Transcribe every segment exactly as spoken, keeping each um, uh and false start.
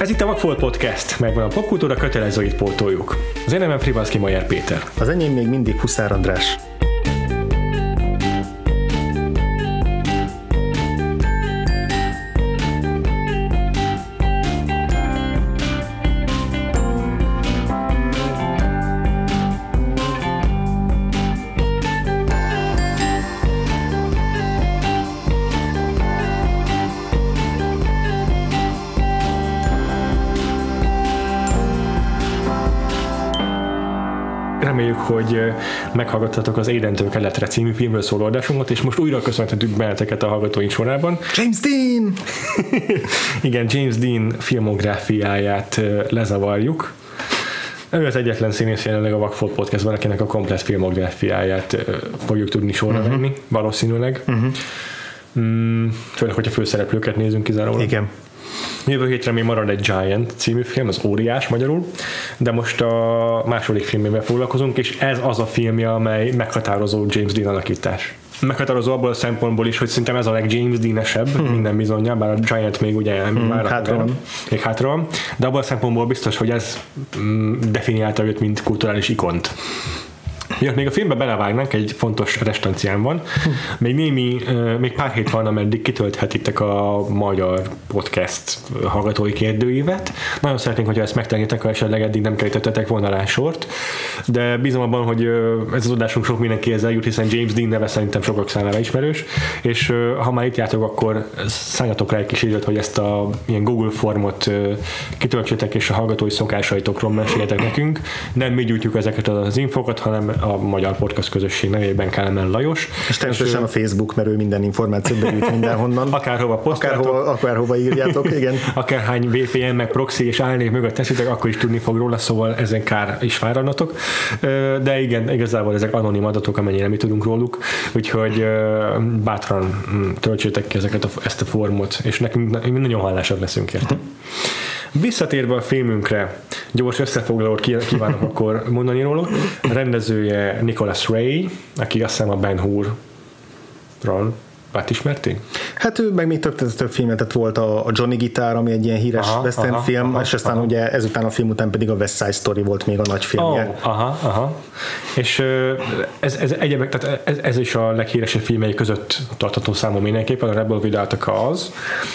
Ez itt a Vagfolt Podcast, melyben a popkultúra kötelezőit pótoljuk. Az én nevem Frivalszky Mayer Péter. Az enyém még mindig Huszár András. Reméljük, hogy meghallgattatok az Édentől keletre című filmről szóló adásunkat, és most újra köszönhetünk benneteket a hallgatóink sorában. James Dean! Igen, James Dean filmográfiáját lezavarjuk. Ő az egyetlen színész jelenleg a Vagfolt Podcastban, akinek a komplett filmográfiáját fogjuk tudni sorra uh-huh. venni, valószínűleg. Uh-huh. Mm, főleg, hogyha főszereplőket nézünk kizárólag. Igen. Jövő hétre még marad egy Giant című film, az Óriás magyarul, de most a második filmével foglalkozunk, és ez az a filmje, amely meghatározó James Dean alakítás. Meghatározó abból a szempontból is, hogy szerintem ez a leg James Dean-esebb, hmm. minden bizonnyal, bár a Giant még ugye hmm, már hátra van. Még hátra van, de abból a szempontból biztos, hogy ez mm, definiálta őt, mint kulturális ikont. Ja, még a filmbe belevágnánk, egy fontos restancián van. Még némi, még pár hét van, ameddig kitölthetitek a magyar podcast hallgatói kérdőívet. Nagyon szeretnénk, hogyha ezt megtennétek, ha esetleg eddig nem kerítettetek volna rá sort, de bízom abban, hogy ez az adásunk sok mindenkihez eljut, hiszen James Dean neve szerintem sokak számára ismerős, és ha már itt jártok, akkor szálljatok rá egy kis időt, hogy ezt a ilyen Google formot kitöltsétek, és a hallgatói szokásaitokról meséljetek nekünk. Nem mi gyújtjuk ezeket az infokat, hanem a magyar podcast közösség nevében Kelemen Lajos. És természetesen és a Facebook, mert ő minden információt begyűjt mindenhonnan. Akárhova posztoltok. Akárhova, akárhova írjátok, igen. Akárhány vé pé en meg proxy és álnév mögött teszitek, akkor is tudni fog róla, szóval ezen kár is fáradnatok. De igen, igazából ezek anonim adatok, amennyire mi tudunk róluk, úgyhogy bátran töltsétek ki ezeket a, ezt a formot, és nekünk nagyon hálásak leszünk érte. Visszatérve a filmünkre, gyors összefoglalót kívánok akkor mondani róla. A rendezője Nicholas Ray, aki azt hiszem a Ben Hur-ról hát ismerték? Hát ő meg még több, több filmet, tehát volt a, a Johnny Gitár, ami egy ilyen híres aha, western aha, film, aha, és aztán aha. ugye ezután a film után pedig a West Side Story volt még a nagy filmje. Oh, aha, aha. És ez, ez, egyébként, tehát ez, ez is a leghíresebb filmei között tartható számon mindenképpen, a Rebel Without a Cause.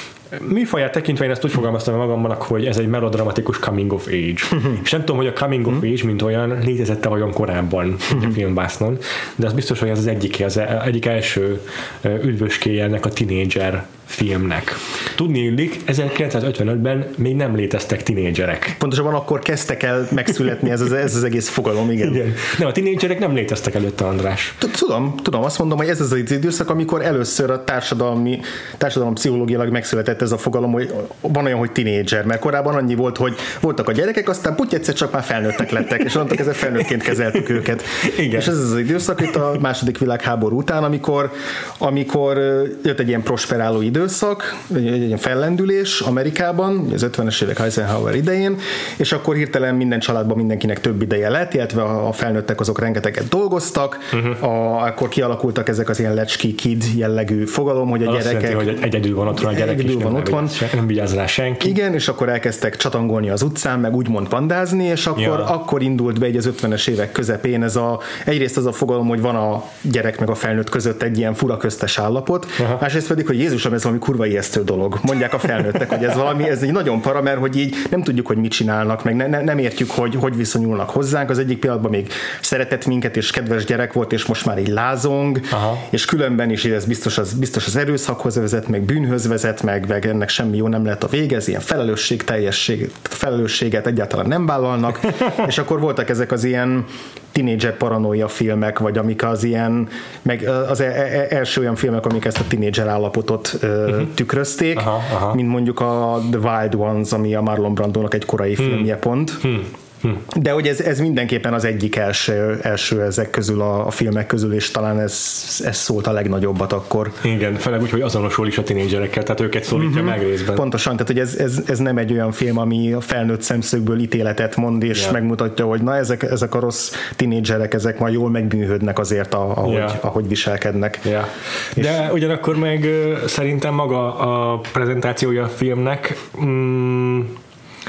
Műfaját tekintve én ezt úgy fogalmaztam magamban, hogy ez egy melodramatikus coming of age. És nem tudom, hogy a coming of age, mint olyan, létezette olyan korábban a filmbásznon, de az biztos, hogy ez az egyik, az egyik első üdvöskéje ennek a tínédzser filmnek. Tudni illik, ezerkilencszázötvenötben még nem léteztek tínédzserek. Pontosabban akkor kezdtek el megszületni ez az, ez az egész fogalom, igen. igen. Nem, a tínédzserek nem léteztek előtte, András. Tudom, tudom, azt mondom, hogy ez az az időszak, amikor először a társadalmi, társadalom pszichológiailag megszületett ez a fogalom, hogy van olyan, hogy tínédzser, mert korábban annyi volt, hogy voltak a gyerekek, aztán puty egyszer csak már felnőttek lettek, és onnantól ezzel felnőttként kezeltük őket. Igen. És ez az az időszak itt a második világháború után, amikor, amikor jött egy ilyen prosperáló időszak, egy, egy ilyen fellendülés Amerikában, az ötvenes évek Eisenhower idején, és akkor hirtelen minden családban mindenkinek több ideje lett, illetve a felnőttek azok rengeteget dolgoztak, uh-huh. a, akkor kialakultak ezek az ilyen lecski kid jellegű fogalom, hogy a azt gyerekek... Jelenti, hogy egyedül van otthon a gyerek, egyedül van otthon. Nem vigyáz rá senki. Igen, és akkor elkezdtek csatangolni az utcán, meg úgymond pandázni, és akkor, ja. akkor indult be egy az ötvenes évek közepén ez a, egyrészt az a fogalom, hogy van a gyerek meg a felnőtt között egy ilyen fura köztes állapot, aha. másrészt pedig, hogy Jézusom, ez valami kurva ijesztő dolog. Mondják a felnőttek, hogy ez valami, ez egy nagyon para, mert hogy így nem tudjuk, hogy mit csinálnak, meg ne, ne, nem értjük, hogy hogy viszonyulnak hozzánk. Az egyik pillanatban még szeretett minket, és kedves gyerek volt, és most már így lázong, aha. és különben is ez biztos az, biztos az erőszakhoz vezet, meg bűnhöz vezet, meg, meg ennek semmi jó nem lehet a vége, ez ilyen felelősségteljesség, felelősséget egyáltalán nem vállalnak, és akkor voltak ezek az ilyen tínédzser paranoia filmek, vagy amik az ilyen, meg az első olyan filmek, amik ezt a tínédzser állapotot uh-huh. tükrözték, aha, aha. mint mondjuk a The Wild Ones, ami a Marlon Brandónak egy korai hmm. filmje pont. Hmm. Hmm. De hogy ez, ez mindenképpen az egyik első, első ezek közül a, a filmek közül, és talán ez, ez szólt a legnagyobbat akkor. Igen, főleg úgy, hogy azonosul is a tínédzserekkel, tehát őket szólítja uh-huh. meg részben. Pontosan, tehát hogy ez, ez, ez nem egy olyan film, ami a felnőtt szemszögből ítéletet mond, és yeah. megmutatja, hogy na ezek, ezek a rossz tínédzserek, ezek majd jól megbűnhődnek azért, ahogy, yeah. ahogy viselkednek. Yeah. De és ugyanakkor meg szerintem maga a prezentációja a filmnek mm,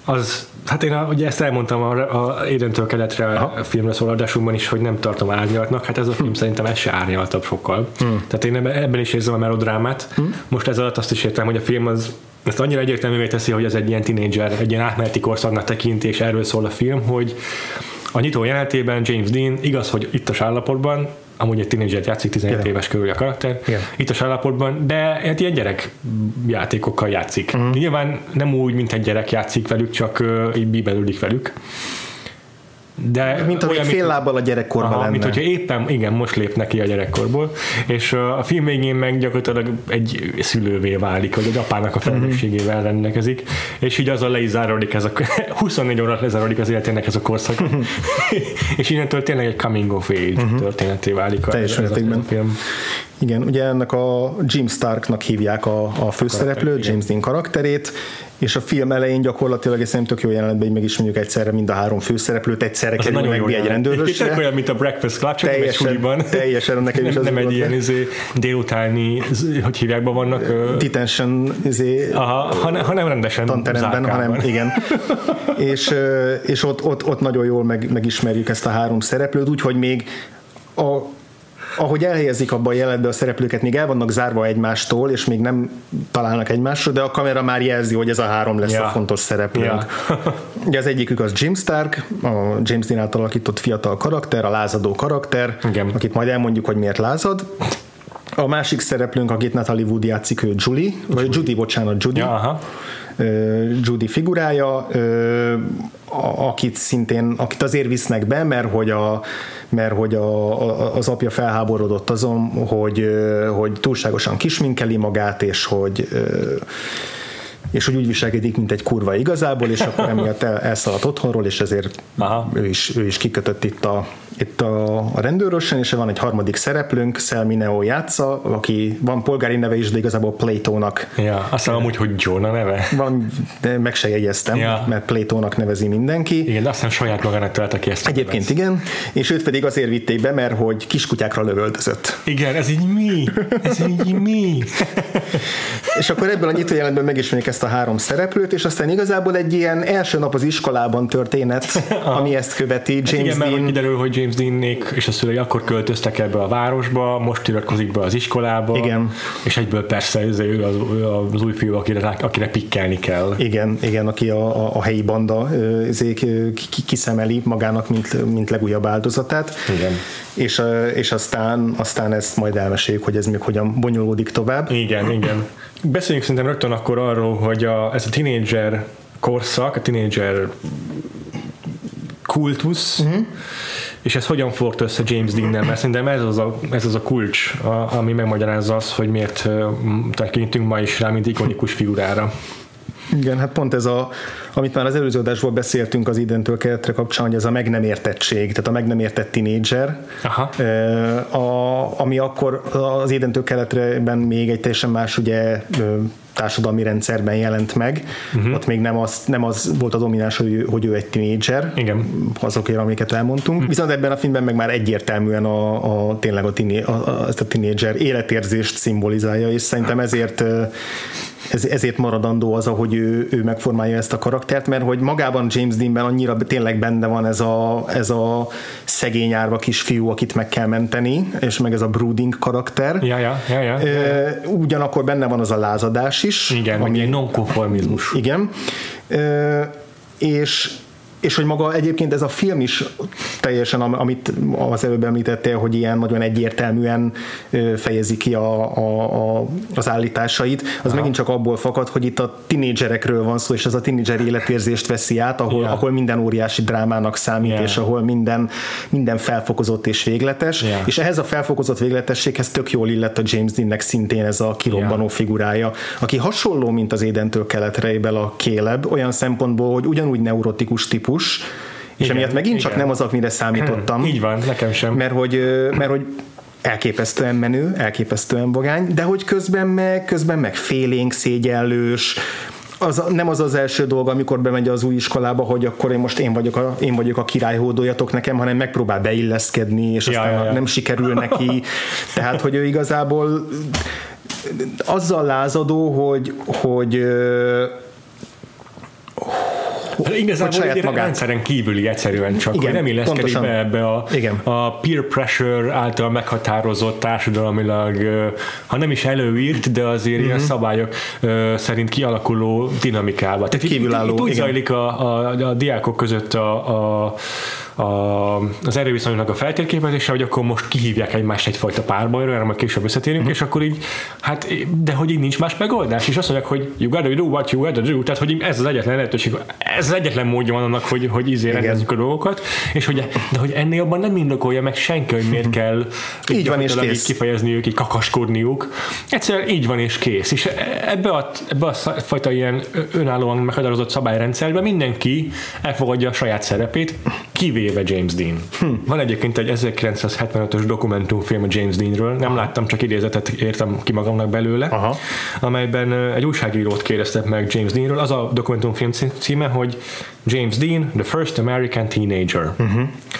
az, hát én a, ugye ezt elmondtam a, a Édentől keletre a filmre szóló adásunkban is, hogy nem tartom árnyalatnak, hát ez a film hmm. szerintem ez se árnyaltabb sokkal. Hmm. Tehát én ebben is érzem a melodrámát. Hmm. Most ez alatt azt is értem, hogy a film az ezt annyira egyértelművé teszi, hogy ez egy ilyen tínédzser, egy ilyen átmeneti korszaknak tekint, és erről szól a film, hogy a nyitó jelenetében James Dean, igaz, hogy ittas állapotban, amúgy egy tínédzsert játszik, tizenhét yeah. éves körül a karakter, yeah. ittas állapotban, de hát ilyen gyerek játékokkal játszik. Mm. Nyilván nem úgy, mint egy gyerek játszik velük, csak uh, így bíbelődik velük. De mint ahogy fél lábbal a gyerekkorban aha, lenne. Mint hogyha éppen, igen, most lépnek ki a gyerekkorból, és a film végén meg gyakorlatilag egy szülővé válik, vagy egy apának a felelősségével mm-hmm. rendelkezik, és így azzal le is záródik ez a huszonnégy órát lezáródik az életének ez a korszak, mm-hmm. és innentől tényleg egy coming of age mm-hmm. történeté válik a, ez, ez a film. Igen, ugye ennek a Jim Starknak hívják a, a főszereplőt, James Dean karakterét, és a film elején gyakorlatilag egy szerintem tök jó jelenetben, hogy megismerjük egyszerre mind a három főszereplőt, egyszerre kerül meg egy rendőrösre. Tök olyan, mint a Breakfast Club, csak teljesen, egy suliban. Teljesen, nekem is nem, az nem egy ilyen izé, délutáni, hogy hívják, vannak? Detention izé, aha, hanem, hanem rendesen tanteremben, hanem igen. és és ott, ott, ott nagyon jól meg, megismerjük ezt a három szereplőt, úgyhogy még a ahogy elhelyezik abba a jelenetbe a szereplőket, még el vannak zárva egymástól, és még nem találnak egymásra, de a kamera már jelzi, hogy ez a három lesz yeah. a fontos szereplőnk. Yeah. Ugye az egyikük az Jim Stark, a James Dean által alakított fiatal karakter, a lázadó karakter, igen. akit majd elmondjuk, hogy miért lázad. A másik szereplőnk, akit Natalie Wood játszik, ő Julie, vagy Judy, bocsánat, Judy. Ja, aha. Judy figurája, akit szintén, akit azért visznek be, mert hogy, a, mert hogy a, a, az apja felháborodott azon, hogy, hogy túlságosan kisminkeli magát, és hogy és hogy úgy viselkedik, mint egy kurva igazából, és akkor emiatt el, elszaladt otthonról, és ezért ő is, ő is kikötött itt a, itt a, a rendőrösen, és van egy harmadik szereplőnk, Sal Mineo játsza, aki van polgári neve is, de igazából Platónak. Ja, aztán amúgy, hogy John a neve. Van, de meg se jegyeztem, ja. mert Platónak nevezi mindenki. Igen, de aztán saját magának találta ki ezt. Egyébként igen, és őt pedig azért vitték be, mert hogy kiskutyákra lövöldözött. Igen, ez így mi? Ez így mi? És akkor ebből a nyitójelentben megismerjük ezt a három szereplőt, és aztán igazából egy ilyen első nap az iskolában történet, ami ezt követi. James hát igen, Dean... mert kiderül, hogy James Deannék és a szülei akkor költöztek ebbe a városba, most iratkozik be az iskolába, igen. és egyből persze ő az, az új fiú, akire, akire pikkelni kell. Igen, igen, aki a, a, a helyi banda kiszemeli magának, mint, mint legújabb áldozatát. Igen. És, és aztán, aztán ezt majd elmeséljük, hogy ez még hogyan bonyolódik tovább. Igen, igen. Beszéljünk szerintem rögtön akkor arról, hogy a, ez a tínédzser korszak, a tínédzser kultusz, uh-huh. és ez hogyan fogott össze James Dean-nel, mert szerintem ez az a, ez az a kulcs, a, ami megmagyarázza azt, hogy miért tekintünk ma is rá, mint ikonikus figurára. Igen, hát pont ez a, amit már az előző adásból beszéltünk az Identől keletre kapcsán, hogy ez a meg nem értettség, tehát a meg nem értett tínédzser, a, ami akkor az Identől keletreben még egy teljesen más ugye társadalmi rendszerben jelent meg, uh-huh. ott még nem az, nem az volt a domináns, hogy, hogy ő egy tínédzser, igen. azokért, amiket elmondtunk, uh-huh. viszont ebben a filmben meg már egyértelműen a, a tényleg a, tiné, a, ezt a tínédzser életérzést szimbolizálja, és szerintem ezért Ez, ezért maradandó az, ahogy ő, ő megformálja ezt a karaktert, mert hogy magában James Deanben annyira tényleg benne van ez a, ez a szegény árva kisfiú, akit meg kell menteni, és meg ez a brooding karakter. Ja, ja, ja, ja, ja. Ugyanakkor benne van az a lázadás is. Igen, ami egy nonkonformizmus. Igen. És és hogy maga egyébként ez a film is teljesen, amit az előbb említettél, hogy ilyen nagyon egyértelműen fejezi ki a, a, a, az állításait, az aha. megint csak abból fakad, hogy itt a tinédzserekről van szó, és ez a tinédzser életérzést veszi át, ahol, yeah. ahol minden óriási drámának számít, yeah. és ahol minden, minden felfokozott és végletes, yeah. és ehhez a felfokozott végletességhez tök jól illett a James Deannek szintén ez a kirobbanó yeah. figurája, aki hasonló, mint az Édentől keletre a Caleb, olyan szempontból, hogy ugyanúgy neurotikus típus, és igen, emiatt megint igen. csak nem az, amire számítottam. Így van, nekem sem. Mert hogy, mert hogy elképesztően menő, elképesztően vagány, de hogy közben meg, közben meg félénk, szégyellős, az, nem az az első dolga, amikor bemegy az új iskolába, hogy akkor én most én vagyok a, én vagyok a király, hódoljatok nekem, hanem megpróbál beilleszkedni, és aztán ja, ja, ja. nem sikerül neki. Tehát, hogy ő igazából azzal lázadó, hogy, hogy Hát igazából egy rendszeren kívüli egyszerűen csak, igen, hogy nem illeszkedik be ebbe a, a peer pressure által meghatározott társadalmilag, ha nem is előírt, de azért mm-hmm. ilyen szabályok szerint kialakuló dinamikába. Tehát kívülálló, itt, itt úgy igen. zajlik a, a, a diákok között a, a A, az erőviszonynak a feltérképezése, hogy akkor most kihívják egymást egyfajta párbajra, erre majd később összetérünk, mm. és akkor így, hát, de hogy így nincs más megoldás, és azt mondják, hogy you gotta do what you gotta do, tehát hogy ez az egyetlen lehetőség, ez az egyetlen módja van annak, hogy, hogy ízé rendezzük a dolgokat, és hogy, de hogy ennél abban nem indokolja meg senki, hogy miért kell így van és kész. Kifejezniük, így kakaskodniuk. Egyszerűen így van és kész. És ebbe a, ebbe a fajta ilyen önállóan meghatározott szabályrendszerben mindenki elfogadja a saját szerepét, kivéve James Dean. Hm. Van egyébként egy ezerkilencszázhetvenötös dokumentumfilm a James Deanről, nem Aha. láttam, csak idézetet értem ki magamnak belőle, Aha. amelyben egy újságírót kérdeztek meg James Deanről. Az a dokumentumfilm címe, hogy James Dean, the first American teenager. Uh-huh.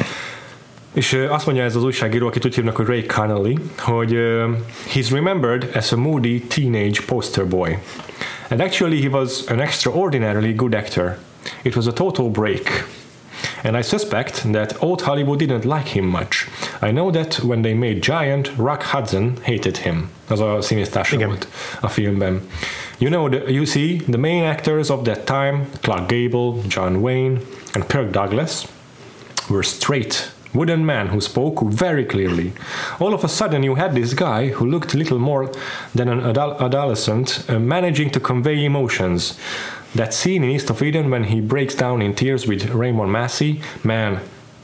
És azt mondja ez az újságíró, akit úgy hívnak, hogy Ray Connolly, hogy uh, he's remembered as a moody teenage poster boy. And actually he was an extraordinarily good actor. It was a total break. And I suspect that old Hollywood didn't like him much. I know that when they made Giant, Rock Hudson hated him. Az a színésztársa volt a filmben. You know, the, you see, the main actors of that time, Clark Gable, John Wayne, and Kirk Douglas, were straight, wooden men who spoke very clearly. All of a sudden you had this guy who looked little more than an adol- adolescent uh, managing to convey emotions. That scene in East of Eden when he breaks down in tears with Raymond Massey, man,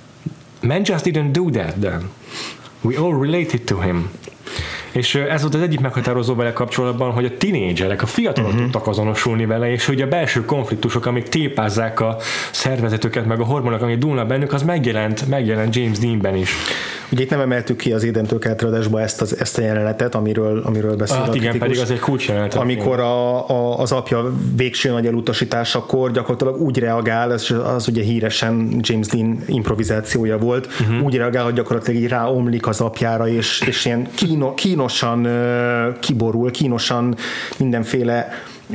man just didn't do that then. We all related to him. És ez volt az egyik meghatározó vele kapcsolatban, hogy a tinédzserek, a fiatalok uh-huh. tudtak azonosulni vele, és hogy a belső konfliktusok, amik tépázzák a szervezetüket, meg a hormonok, amik dúlnak bennük, az megjelent, megjelent James Deanben is. Ugye itt nem emeltük ki az Édentől keltre adásba ezt, az, ezt a jelenetet, amiről, amiről beszél hát a igen, pedig az egy kulcs jelenet. Amikor a, a, az apja végső nagy elutasításakor gyakorlatilag úgy reagál, ez az ugye híresen James Dean improvizációja volt, uh-huh. úgy reagál, hogy gyakorlatilag így ráomlik az apjára, és, és ilyen kíno, kínosan kiborul, kínosan mindenféle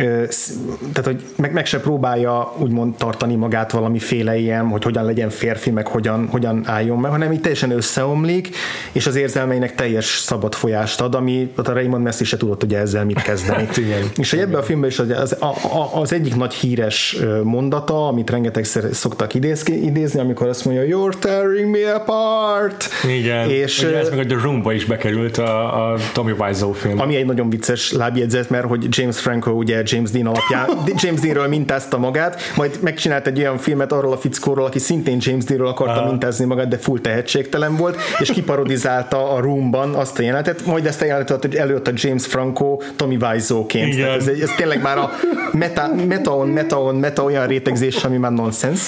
tehát, hogy meg, meg se próbálja úgymond tartani magát valamiféle ilyen, hogy hogyan legyen férfi, meg hogyan, hogyan álljon meg, hanem így teljesen összeomlik, és az érzelmeinek teljes szabad folyást ad, ami a Raymond Massey se tudott ugye ezzel mit kezdeni. És hogy ebben a filmben is az, az, az egyik nagy híres mondata, amit rengetegszer szoktak idézni, idézni, amikor azt mondja, you're tearing me apart. Igen, és ez meg a The Roomba is bekerült a, a Tommy Wiseau film. Ami egy nagyon vicces lábjegyzet, mert hogy James Franco ugye James Dean alapján, James Deanről mintázta magát, majd megcsinált egy olyan filmet arról a fickóról, aki szintén James Deanről akarta uh-huh. mintázni magát, de full tehetségtelen volt, és kiparodizálta a Roomban azt a jelenetet, majd ezt a jelenetet előtt a James Franco Tommy Wiseauként. Ez, ez tényleg már a meta, meta-on, meta-on, meta olyan rétegzés, ami már nonsense.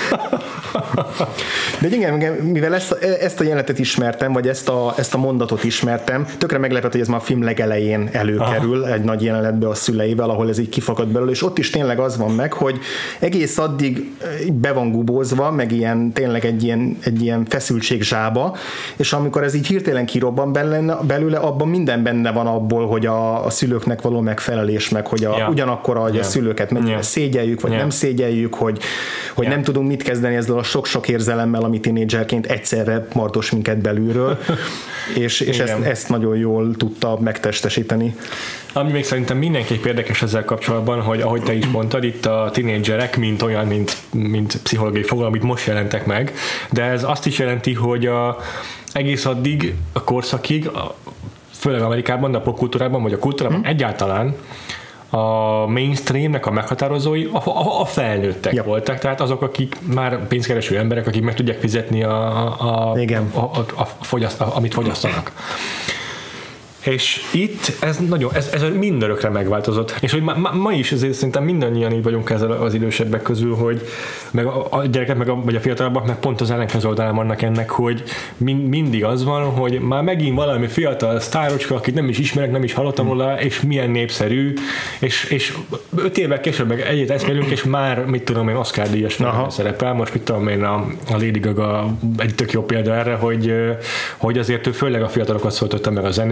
De igen, mivel ezt a, ezt a jelenetet ismertem, vagy ezt a, ezt a mondatot ismertem, tökre meglepett, hogy ez már a film legelején előkerül Aha. egy nagy jelenetbe a szüleivel, ahol ez így kifakad belőle, és ott is tényleg az van meg, hogy egész addig be van gubózva, meg ilyen, tényleg egy ilyen, egy ilyen feszültség zsába, és amikor ez így hirtelen kirobban belőle, belőle, abban minden benne van abból, hogy a, a szülőknek való megfelelés, meg hogy a, yeah. ugyanakkor, hogy yeah. a szülőket mennyire yeah. szégyeljük, vagy yeah. nem szégyeljük, hogy, hogy yeah. nem tudunk mit kezdeni ezzel a sok-sok érzelemmel, ami tínédzserként egyszerre mardos minket belülről, és, és ezt, ezt nagyon jól tudta megtestesíteni. Ami még szerintem mindenképp érdekes ezzel kapcsolatban, hogy ahogy te is mondtad, itt a tínédzserek, mint olyan, mint, mint pszichológiai fogalom, amit most jelentek meg, de ez azt is jelenti, hogy a, egész addig, a korszakig, a, főleg Amerikában, de a popkultúrában, vagy a kultúrában hmm. egyáltalán a mainstreamnek a meghatározói a, a, a felnőttek yep. voltak, tehát azok, akik már pénzkereső emberek, akik meg tudják fizetni a, a, a, a, a, a fogyaszt, a, amit fogyasztanak. És itt ez nagyon, ez, ez mindörökre megváltozott. És hogy ma, ma, ma is ezért szerintem mindannyian így vagyunk ezzel az idősebbek közül, hogy meg a, a gyerekek, meg a, vagy a fiatalabbak, meg pont az ellenkező oldalán vannak ennek, hogy min, mindig az van, hogy már megint valami fiatal sztárocska, akit nem is ismerek, nem is hallottam róla, és milyen népszerű, és, és öt évvel később meg egyet eszmélünk, és már, mit tudom én, Oscar-díjas filmben szerepel. Most mit tudom én, a, a Lady Gaga egy tök jó példa erre, hogy, hogy azért ő főleg a fiatalokat szóltotta meg a zenéjével,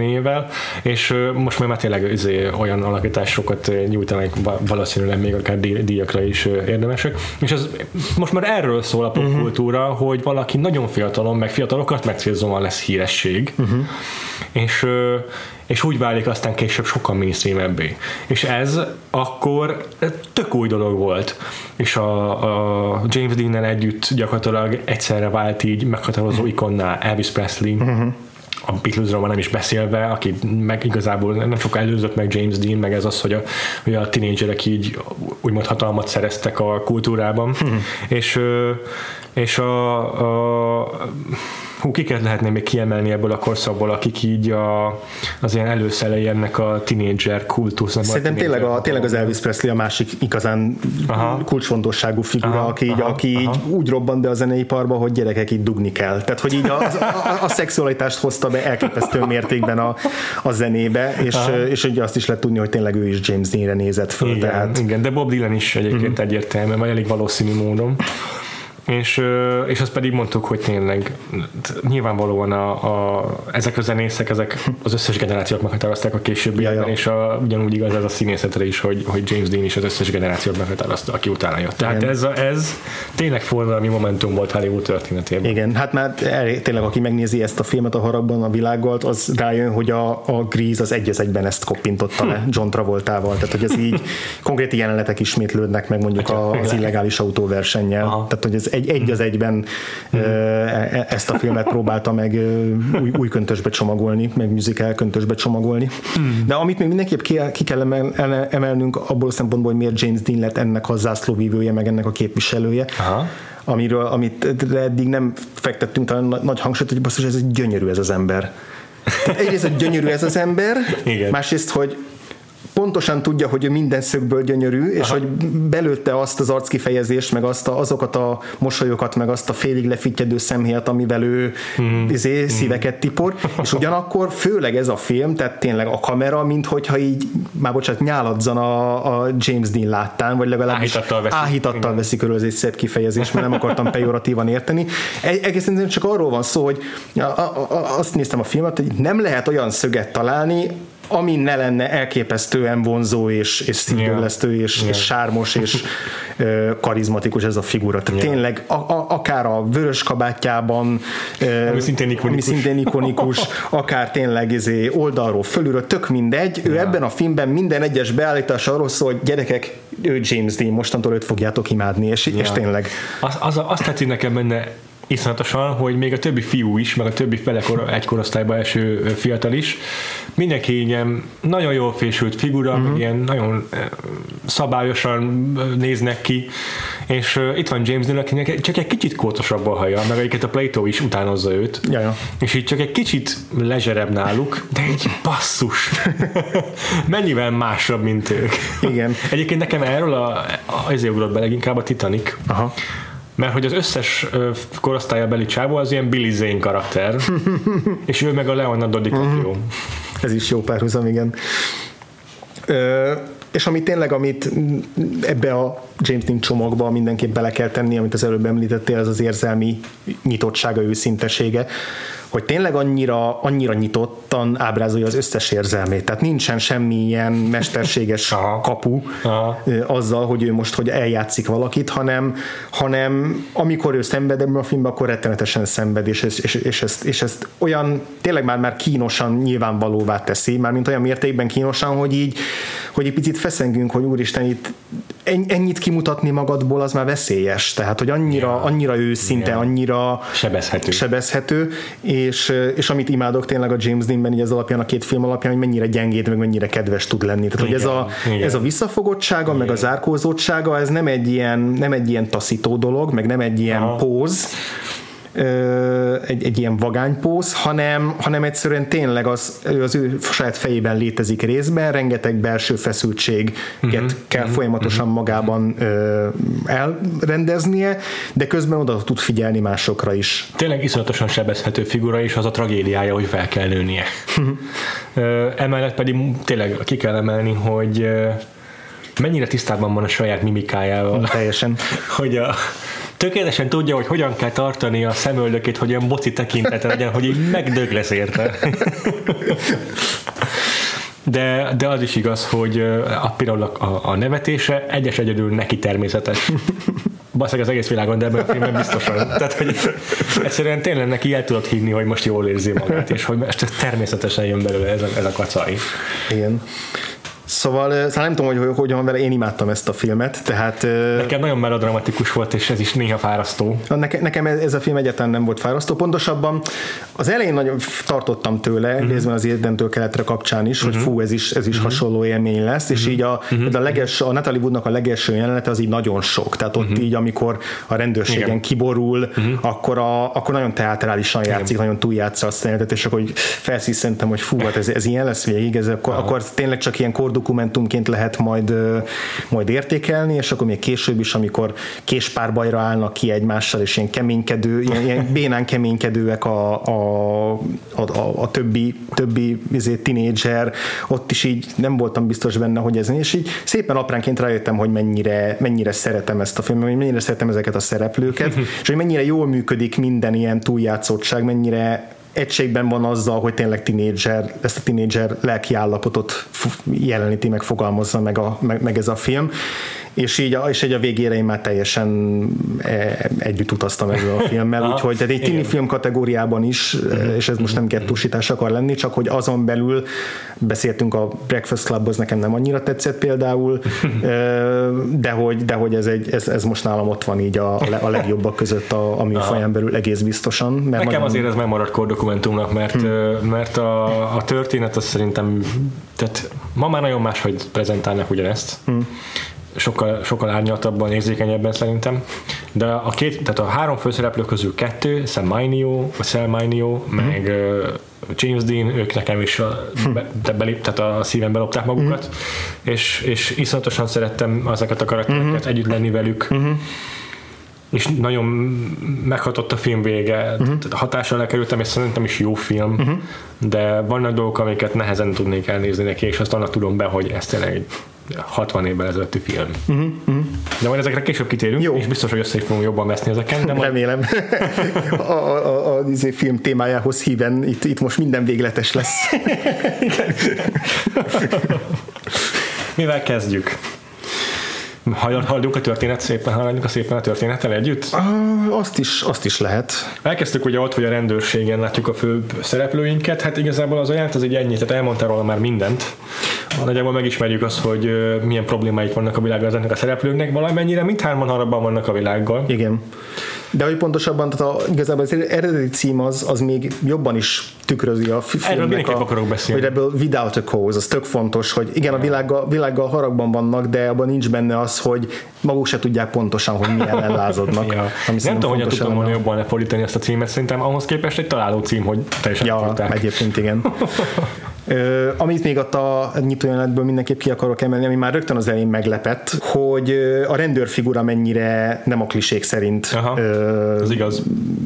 és most már tényleg izé, olyan alakításokat nyújtanak valószínűleg még akár díjakra is érdemesek, és ez most már erről szól a popkultúra, uh-huh. hogy valaki nagyon fiatalon, meg fiatalokat megcélzóan lesz híresség, uh-huh. és és úgy válik aztán később sokkal mainstream-ebbé. És ez akkor tök új dolog volt. És a, a James Dean-nel együtt gyakorlatilag egyszerre vált így meghatározó ikonná Elvis Presley, uh-huh. a Beatlesról már nem is beszélve, aki meg igazából nem sok előzött meg James Dean, meg ez az, hogy a, hogy a tínédzserek így úgymond hatalmat szereztek a kultúrában. Uh-huh. És, és a, a hú, kiket lehetne még kiemelni ebből a korszakból, akik így a, az ilyen előszelei ennek a tínédzser kultusznak. Szerintem tényleg, a, tényleg az Elvis Presley a másik igazán aha. kulcsfontosságú figura, aha, aki, így, aha, aki aha. így úgy robban be a zeneiparba, hogy gyerekek így dugni kell. Tehát, hogy így a, a, a szexualitást hozta be elképesztő mértékben a, a zenébe, és, és ugye azt is lehet tudni, hogy tényleg ő is James Deanre nézett föl. Igen, tehát... igen, de Bob Dylan is egyébként uh-huh. egyértelműen, vagy elég valószínű módon. És, és azt pedig mondtuk, hogy tényleg nyilvánvalóan a, a, ezek a zenészek, ezek az összes generációt meghatározták a későbbiekben, ja, ja. és a, ugyanúgy igaz ez a színészetre is, hogy, hogy James Dean is az összes generációt meghatározta, aki utána jött. Tehát ez, a, ez tényleg forradalmi momentum volt Hollywood történetében. Igen, hát már tényleg aki megnézi ezt a filmet a Haragban a világgal, az rájön, hogy a, a Grease az egy az egyben ezt koppintotta le John Travoltával, tehát hogy ez így konkrét jelenetek ismétlődnek meg mondjuk hát, az illegális autóversennyel, aha. tehát hogy ez egy, egy az egyben hmm. e, ezt a filmet próbálta meg új, új köntösbe csomagolni, meg musical köntösbe csomagolni. Hmm. De amit még mindenképp ki, ki kell emel, emelnünk abból a szempontból, hogy miért James Dean lett ennek a zászlóvívője, meg ennek a képviselője, aha. amiről, amit eddig nem fektettünk talán nagy hangsúlyt, hogy basszus, ez egy gyönyörű ez az ember. Tehát egyrészt, hogy gyönyörű ez az ember, igen. másrészt, hogy pontosan tudja, hogy ő minden szögből gyönyörű, és aha. hogy belőtte azt az arckifejezést, meg azt a, azokat a mosolyokat, meg azt a félig lefittyedő szemhéjat, amivel ő mm. izé, mm. szíveket tipor, és ugyanakkor főleg ez a film, tehát tényleg a kamera, minthogyha így, már bocsánat, nyáladzan a, a James Dean láttán, vagy legalábbis áhítattal veszi, áhítattal veszi körül, ez egy szép kifejezés, mert nem akartam pejoratívan érteni. Egészen csak arról van szó, hogy a, a, a, azt néztem a filmet, hogy nem lehet olyan szöget találni, ami ne lenne elképesztően vonzó és, és szívdőlesztő és, yeah. és sármos és ö, karizmatikus ez a figura. Tehát yeah. tényleg a, a, akár a vörös kabátjában ö, ami szintén ikonikus, ami szintén ikonikus akár tényleg izé, oldalról fölülről, tök mindegy. Yeah. Ő ebben a filmben minden egyes beállítás arról szól, hogy gyerekek, ő James Dean, mostantól őt fogjátok imádni, és, yeah. és tényleg. Az, az, azt tetszik nekem benne iszonyatosan, hogy még a többi fiú is, meg a többi fele kor, egy korosztályba eső fiatal is, mindenki ilyen nagyon jól fésült figura, uh-huh. meg ilyen nagyon szabályosan néznek ki, és itt van James Dean, akinek csak egy kicsit kótosabb a haja, meg egyiket a Plato is utánozza őt, Jaja. és így csak egy kicsit lezserebb náluk, de egy basszus, mennyivel másabb, mint ők. Igen. Egyébként nekem erről a, a, azért ugrott be leginkább a Titanic, aha. mert hogy az összes korosztályabeli csávó az ilyen Billy Zane karakter, és ő meg a Leonardo DiCaprio. Ez is jó párhuzam, igen. Ö, és ami tényleg, amit ebbe a James Dean csomagba mindenképp bele kell tenni, amit az előbb említettél, az az érzelmi nyitottsága, őszintesége, hogy tényleg annyira, annyira nyitottan ábrázolja az összes érzelmét. Tehát nincsen semmilyen mesterséges aha. kapu aha. azzal, hogy ő most hogy eljátszik valakit, hanem, hanem amikor ő szenved ebben a filmben, akkor rettenetesen szenved, és, és, és, ezt, és ezt olyan tényleg már, már kínosan nyilvánvalóvá teszi, már mint olyan mértékben kínosan, hogy így, hogy egy picit feszengünk, hogy úristen, itt ennyit kimutatni magadból, az már veszélyes. Tehát, hogy annyira, yeah. annyira őszinte, yeah. annyira sebezhető. sebezhető és, és amit imádok tényleg a James Deanben így ez alapján, a két film alapján, hogy mennyire gyengéd, meg mennyire kedves tud lenni. Tehát, igen, hogy ez a, ez a visszafogottsága, igen. meg a zárkózottsága, ez nem egy ilyen, nem egy ilyen taszító dolog, meg nem egy ilyen aha. póz, Egy, egy ilyen vagánypóz, hanem, hanem egyszerűen tényleg az, az ő saját fejében létezik részben, rengeteg belső feszültséget uh-huh. kell uh-huh. folyamatosan magában uh, elrendeznie, de közben oda tud figyelni másokra is. Tényleg iszonyatosan sebezhető figura, és az a tragédiája, hogy fel kell nőnie. Uh-huh. uh, emellett pedig tényleg ki kell emelni, hogy uh, mennyire tisztában van a saját mimikájával. Teljesen. Hogy a tökéletesen tudja, hogy hogyan kell tartani a szemöldökét, hogy olyan boci tekintete legyen, hogy így megdög lesz érte. De, de az is igaz, hogy a, például a, a nevetése egyes egyedül neki természetes. Basszeg az egész világon, de ebben a filmben biztosan. Tehát, hogy egyszerűen tényleg neki el tudod hinni, hogy most jól érzi magát, és hogy most természetesen jön belőle ez a, ez a kacai. Igen. Szóval, szóval nem tudom, hogy hogyan van vele, én imádtam ezt a filmet, tehát... Nekem nagyon melodramatikus volt, és ez is néha fárasztó. Nekem, nekem ez a film egyáltalán nem volt fárasztó, pontosabban az elején nagyon tartottam tőle, uh-huh. részben az Érdentől keletre kapcsán is, uh-huh. hogy fú, ez is, ez is uh-huh. hasonló élmény lesz, uh-huh. és így a, uh-huh. a, leges, a Natalie Woodnak a legelső jelenete az így nagyon sok, tehát ott uh-huh. így, amikor a rendőrségen igen. kiborul, uh-huh. akkor, a, akkor nagyon teátrálisan játszik, igen. nagyon túljátsza azt a jelenetet, és akkor felszíszentem, hogy fú, hát ez, ez ilyen lesz végig, ez akkor, uh-huh. akkor tényleg csak ilyen dokumentumként lehet majd, majd értékelni, és akkor még később is, amikor késpárbajra állnak ki egymással, és ilyen keménykedő, ilyen, ilyen bénán keménykedőek a, a, a, a, a többi, többi tinédzser, ott is így nem voltam biztos benne, hogy ez, és így szépen apránként rájöttem, hogy mennyire, mennyire szeretem ezt a filmet, hogy mennyire szeretem ezeket a szereplőket, és hogy mennyire jól működik minden ilyen túljátszottság, mennyire egységben van azzal, hogy tényleg tinédzser, ezt a tinédzser lelki állapotot jeleníti, meg fogalmazza meg, a, meg, meg ez a film. És így, és így a végére én már teljesen együtt utaztam ezzel a filmmel, úgyhogy tehát egy tini film kategóriában is, és ez most nem kettősítás akar lenni, csak hogy azon belül beszéltünk a Breakfast Club, az nekem nem annyira tetszett például, de hogy, de hogy ez, egy, ez, ez most nálam ott van így a, a legjobbak között a, a műfaján belül egész biztosan. Mert nekem nagyon... azért ez megmaradt kordokumentumnak, mert, hmm. mert a, a történet az szerintem, tehát ma már nagyon máshogy prezentálnak ugyanezt. Hmm. sokkal, sokkal árnyaltabban, érzékenyebben szerintem. De a két, tehát a három főszereplő közül kettő, Sam Mainio, Sam Mainio, mm. meg uh, James Dean, ők nekem is a, be, belép, tehát a szívembe lopták magukat, mm. és, és iszonyatosan szerettem ezeket a karaktereket, mm. együtt lenni velük. Mm. És nagyon meghatott a film vége, uh-huh. hatással lekerültem, és szerintem is jó film, uh-huh. de vannak dolgok, amiket nehezen tudnék elnézni neki, és azt annak tudom be, hogy ez tényleg egy hatvan évvel ezelőtti film. Uh-huh. Uh-huh. De majd ezekre később kitérünk, jó. És biztos, hogy össze is fogunk jobban veszni ezeken. De remélem. a, a, a, a film témájához híven itt, itt most minden végletes lesz. Mivel kezdjük? Haladjunk a történet szépen, haladjunk a szépen a történettel együtt? Uh, azt, is, azt is lehet. Elkezdtük ugye ott, hogy a rendőrségen látjuk a főbb szereplőinket, hát igazából az olyan, az egy ennyi, tehát elmondtál róla már mindent. Nagyjából megismerjük azt, hogy uh, milyen problémáik vannak a világgal ezeknek a szereplőknek, valamennyire mindhárman harabban vannak a világgal. Igen. De hogy pontosabban, tehát a, igazából az eredeti cím az, az még jobban is tükrözi a filmnek. Erről mindenképp akarok beszélni. Hogy ebből without a cause, az tök fontos, hogy igen, a világgal, világgal haragban vannak, de abban nincs benne az, hogy maguk se tudják pontosan, hogy mi ellen lázadnak. Ja. Nem tudom, hogy tudom volna jobban lefordítani ezt a címet, szerintem ahhoz képest egy találó cím, hogy teljesen ja, tudták. Egyébként igen. Uh, amit még ott a nyitójelenetből mindenképp ki akarok emelni, ami már rögtön az elején meglepett, hogy a rendőrfigura mennyire nem a klisék szerint Aha, uh, ez igaz.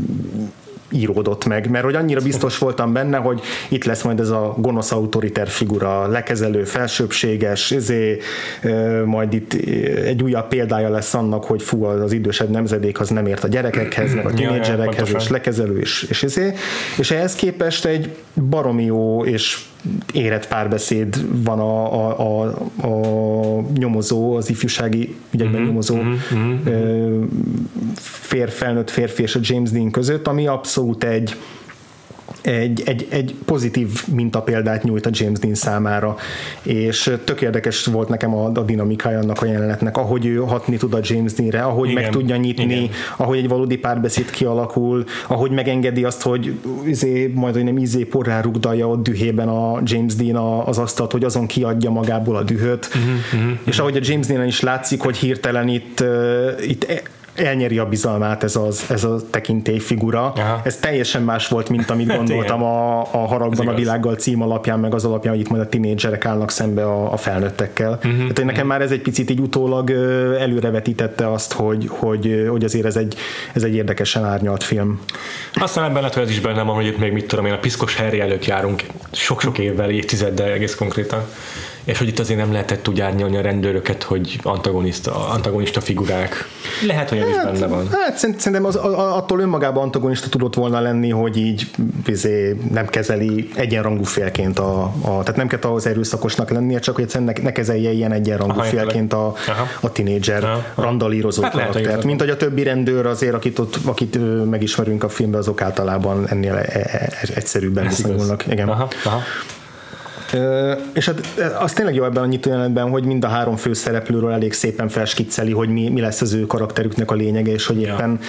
íródott meg, mert hogy annyira biztos voltam benne, hogy itt lesz majd ez a gonosz autoriter figura, lekezelő, felsőbbséges, ezért majd itt egy újabb példája lesz annak, hogy fú, az idősebb nemzedék az nem ért a gyerekekhez, meg a tínédzserekhez, és lekezelő, és, és ezért. És ehhez képest egy baromi jó és érett párbeszéd van a, a, a, a nyomozó, az ifjúsági ügyekben mm-hmm, nyomozó mm-hmm. fér, felnőtt férfi és a James Dean között, ami abszolút egy Egy, egy, egy pozitív mintapéldát nyújt a James Dean számára, és tök érdekes volt nekem a, a dinamikája annak a jelenetnek, ahogy ő hatni tud a James Deanre, ahogy igen, meg tudja nyitni, igen. ahogy egy valódi párbeszéd kialakul, ahogy megengedi azt, hogy izé, majd hogy nem izé porrá rugdalja ott dühében a James Dean az asztalt, hogy azon kiadja magából a dühöt, uh-huh, uh-huh, és ahogy a James Dean is látszik, hogy hirtelen itt, uh, itt elnyeri a bizalmát ez, az, ez a tekintélyfigura. Aha. Ez teljesen más volt, mint amit gondoltam a, a Haragban a világgal cím alapján, meg az alapján, hogy itt majd a tinédzserek állnak szembe a, a felnőttekkel. Uh-huh. Tehát, hogy nekem már ez egy picit így utólag előrevetítette azt, hogy, hogy, hogy azért ez egy, ez egy érdekesen árnyalt film. Aztán ebben lehet, hogy ez is bennem van, hogy itt még mit tudom én, a piszkos Harry előtt járunk sok-sok évvel, évtizeddel egész konkrétan. és hogy itt azért nem lehetett úgy árnyalni a rendőröket, hogy antagonista, antagonista figurák. Lehet, hogy ez hát, is benne van. Hát szerintem az, attól önmagában antagonista tudott volna lenni, hogy így bizé, nem kezeli egyenrangú félként a, a tehát nem kell ahhoz erőszakosnak lennie, csak hogy egyszerűen ne, ne kezelje ilyen egyenrangú Aha, félként a, a tinédzser randalírozó hát karaktert. Lehet, mint hogy a többi rendőr azért, akit, ott, akit megismerünk a filmben, azok általában ennél egyszerűbben viszonyulnak. Igen. Aha, aha. Uh, és hát az tényleg jó ebben a nyitójelenetben, hogy mind a három főszereplőről elég szépen felskicceli, hogy mi, mi lesz az ő karakterüknek a lényege, és hogy éppen ja.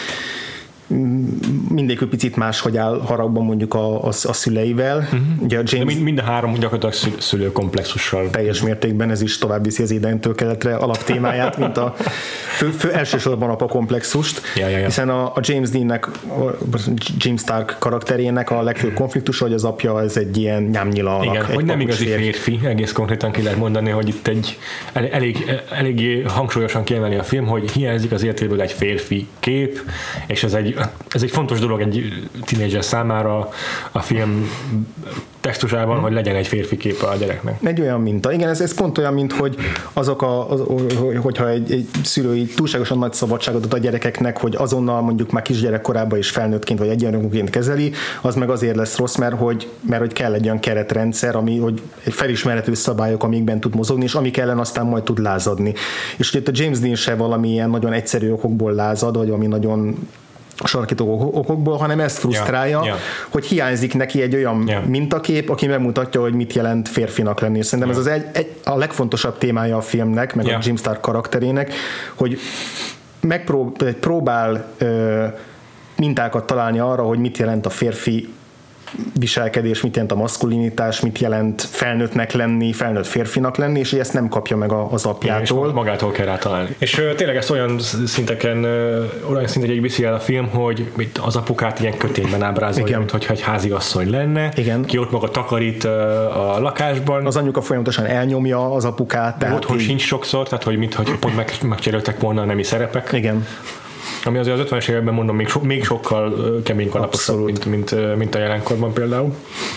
mindegyik picit máshogy áll haragban mondjuk a, a, a szüleivel. Uh-huh. Ugye a James mind, mind a három gyakorlatilag szülőkomplexussal. Teljes mértékben ez is tovább viszi az idejétől keletre alaptémáját, mint a fő, fő, elsősorban apa komplexust, ja, ja, ja. hiszen a, a James Deannek, a James Stark karakterének a legfőbb konfliktus, hogy az apja ez egy ilyen nyámnyila alak. Igen, hogy nem igazi férfi. férfi, egész konkrétan ki lehet mondani, hogy itt egy elég, eléggé hangsúlyosan kiemeli a film, hogy hiányzik az életéből egy férfi kép, és ez egy Ez egy fontos dolog egy tínédzser számára a film textusában, hmm. hogy legyen egy férfi képe a gyereknek. Egy olyan minta. Igen, ez, ez pont olyan, mint hogy azok a, az, hogyha egy, egy szülői túlságosan nagy szabadságot ad a gyerekeknek, hogy azonnal mondjuk már kisgyerek korában is felnőttként vagy egyenrangúként kezeli, az meg azért lesz rossz, mert hogy, mert hogy kell egy olyan keretrendszer, ami hogy felismerhető szabályok, amikben tud mozogni, és amik ellen aztán majd tud lázadni. És hogy itt a James Dean se valamilyen nagyon egyszerű okokból lázad, vagy ami nagyon sarkító okokból, hanem ezt frusztrálja, yeah, yeah. hogy hiányzik neki egy olyan yeah. mintakép, aki megmutatja, hogy mit jelent férfinak lenni. És szerintem yeah. ez az egy, egy, a legfontosabb témája a filmnek, meg yeah. a Jim Stark karakterének, hogy megpróbál próbál, ö, mintákat találni arra, hogy mit jelent a férfi viselkedés, mit jelent a maszkulinitás, mit jelent felnőttnek lenni, felnőtt férfinak lenni, és ezt nem kapja meg az apjától. És magától kell rátalálni. És uh, tényleg ezt olyan szinteken, uh, olyan szintekig viszi el a film, hogy mit az apukát ilyen kötényben ábrázolja, mint hogyha egy háziasszony lenne, igen. ki ott maga takarít uh, a lakásban. Az anyuka folyamatosan elnyomja az apukát. Tehát otthon így... sincs sokszor, tehát hogy mintha pont meg, megcseréltek volna a nemi szerepek. Igen. Ami azért az ötvenes években mondom, még, so, még sokkal kemény kalaposabb, mint, mint, mint a jelenkorban például.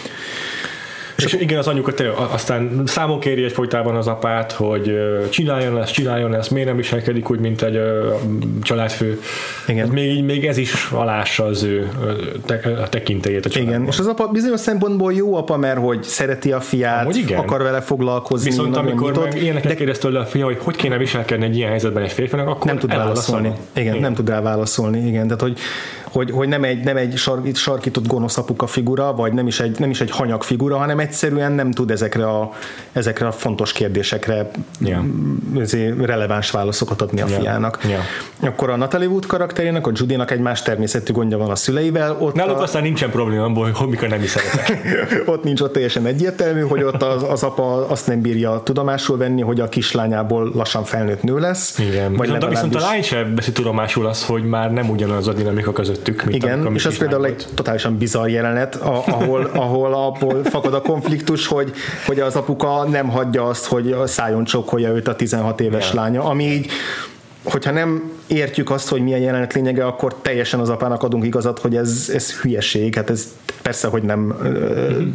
És, és igen, az anyuka tényleg aztán számon kéri egyfolytában az apát, hogy csináljon ezt, csináljon ezt, miért nem viselkedik úgy, mint egy családfő. Igen. Még, még ez is alássa az ő a tekintélyét a családban. Igen, és az apa bizonyos szempontból jó apa, mert hogy szereti a fiát, akar vele foglalkozni. Viszont amikor nyitott, meg ilyeneket de... kérdez tőle a fia, hogy hogy kéne viselkedni egy ilyen helyzetben egy férfinak, akkor nem tud válaszolni. Igen, igen, nem tud rá válaszolni. Igen, tehát hogy hogy, hogy nem egy, nem egy sark, sarkított gonosz apuka figura, vagy nem is egy, nem is egy hanyag figura, hanem egyszerűen nem tud ezekre a, ezekre a fontos kérdésekre yeah. releváns válaszokat adni a fiának. Yeah. Yeah. Akkor a Natalie Wood karakterének, a Judynak egy más természetű gondja van a szüleivel. Ott Náluk a... aztán nincsen probléma abból, hogy mikor nem is szeretek. Ott nincs, ott teljesen egyértelmű, hogy ott az, az apa azt nem bírja tudomásul venni, hogy a kislányából lassan felnőtt nő lesz. Igen. Vagy viszont, viszont a lány sem veszi tudomásul az, hogy már nem ugyanaz a dinamika között. Mint igen, és az például egy totálisan bizarr jelenet, ahol, ahol abból fakad a konfliktus, hogy, hogy az apuka nem hagyja azt, hogy szájon csókolja őt a tizenhat éves yeah. lánya, ami így, hogyha nem értjük azt, hogy milyen jelenet lényege, akkor teljesen az apának adunk igazat, hogy ez, ez hülyeség, hát ez persze, hogy nem mm-hmm.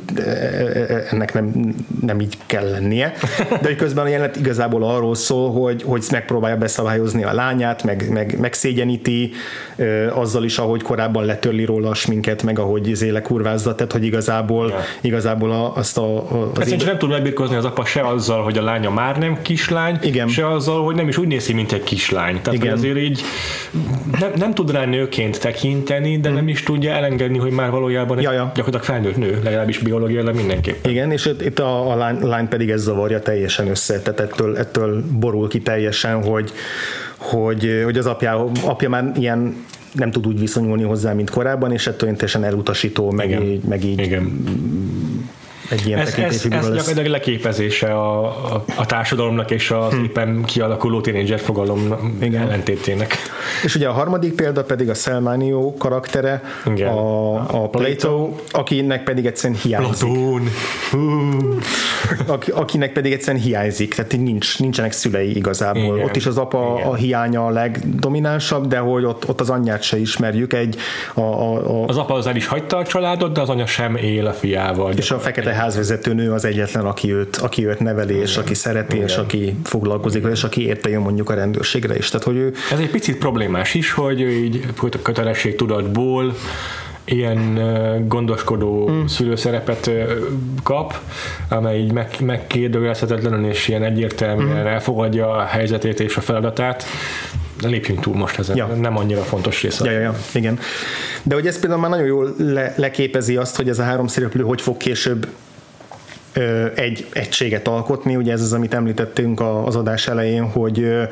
ennek nem, nem így kell lennie, de hogy közben a jelenet igazából arról szól, hogy, hogy megpróbálja beszabályozni a lányát, meg, meg, megszégyeníti azzal is, ahogy korábban letörli róla a sminket, meg ahogy izéle kurvázza, tehát hogy igazából, yeah. igazából a, azt a... a az így... nem tud megbirkózni az apa se azzal, hogy a lánya már nem kislány, igen. se azzal, hogy nem is úgy néz ki, mint egy kislány. Tehát igen. azért így nem, nem tud rá nőként tekinteni, de hmm. nem is tudja elengedni, hogy már valójában egy ja, ja. gyakorlatilag felnőtt nő, legalábbis biológiailag mindenképpen. Igen, és itt a, a lány, lány pedig ez zavarja teljesen össze, tehát ettől, ettől borul ki teljesen, hogy, hogy, hogy az apja, apja már ilyen nem tud úgy viszonyulni hozzá, mint korábban, és ettől teljesen elutasító, meg igen. így, meg így igen. egy ilyen ez, ez, ez gyakorlatilag leképezése a, a, a társadalomnak és az hmm. éppen kialakuló tínédzser fogalom igen. ellentétének. És ugye a harmadik példa pedig a Selmanio karaktere, igen. a, a Plato, akinek pedig egyszerűen hiányzik. akinek pedig egyszerűen hiányzik, tehát nincs, nincsenek szülei igazából. Igen. Ott is az apa igen. a hiánya a legdominánsabb, de hogy ott, ott az anyját se ismerjük. Egy, a, a, a, az apa az el is hagyta a családot, de az anya sem él a fiával. És a fekete házvezető nő az egyetlen, aki őt, aki őt neveli, és aki szereti, igen. és aki foglalkozik, és aki érte jön mondjuk a rendőrségre is. Tehát, hogy ő... Ez egy picit problémás is, hogy így kötelesség tudatból ilyen gondoskodó mm. szülőszerepet kap, amely így meg, megkérdőjelezhetetlenül és ilyen egyértelműen mm. elfogadja a helyzetét és a feladatát. De lépjünk túl most ezen, ja. nem annyira fontos része. Ja, ja, ja, igen. De hogy ez például már nagyon jól le, leképezi azt, hogy ez a három szereplő hogy fog később ö, egy egységet alkotni. Ugye ez az, amit említettünk az adás elején, hogy ö,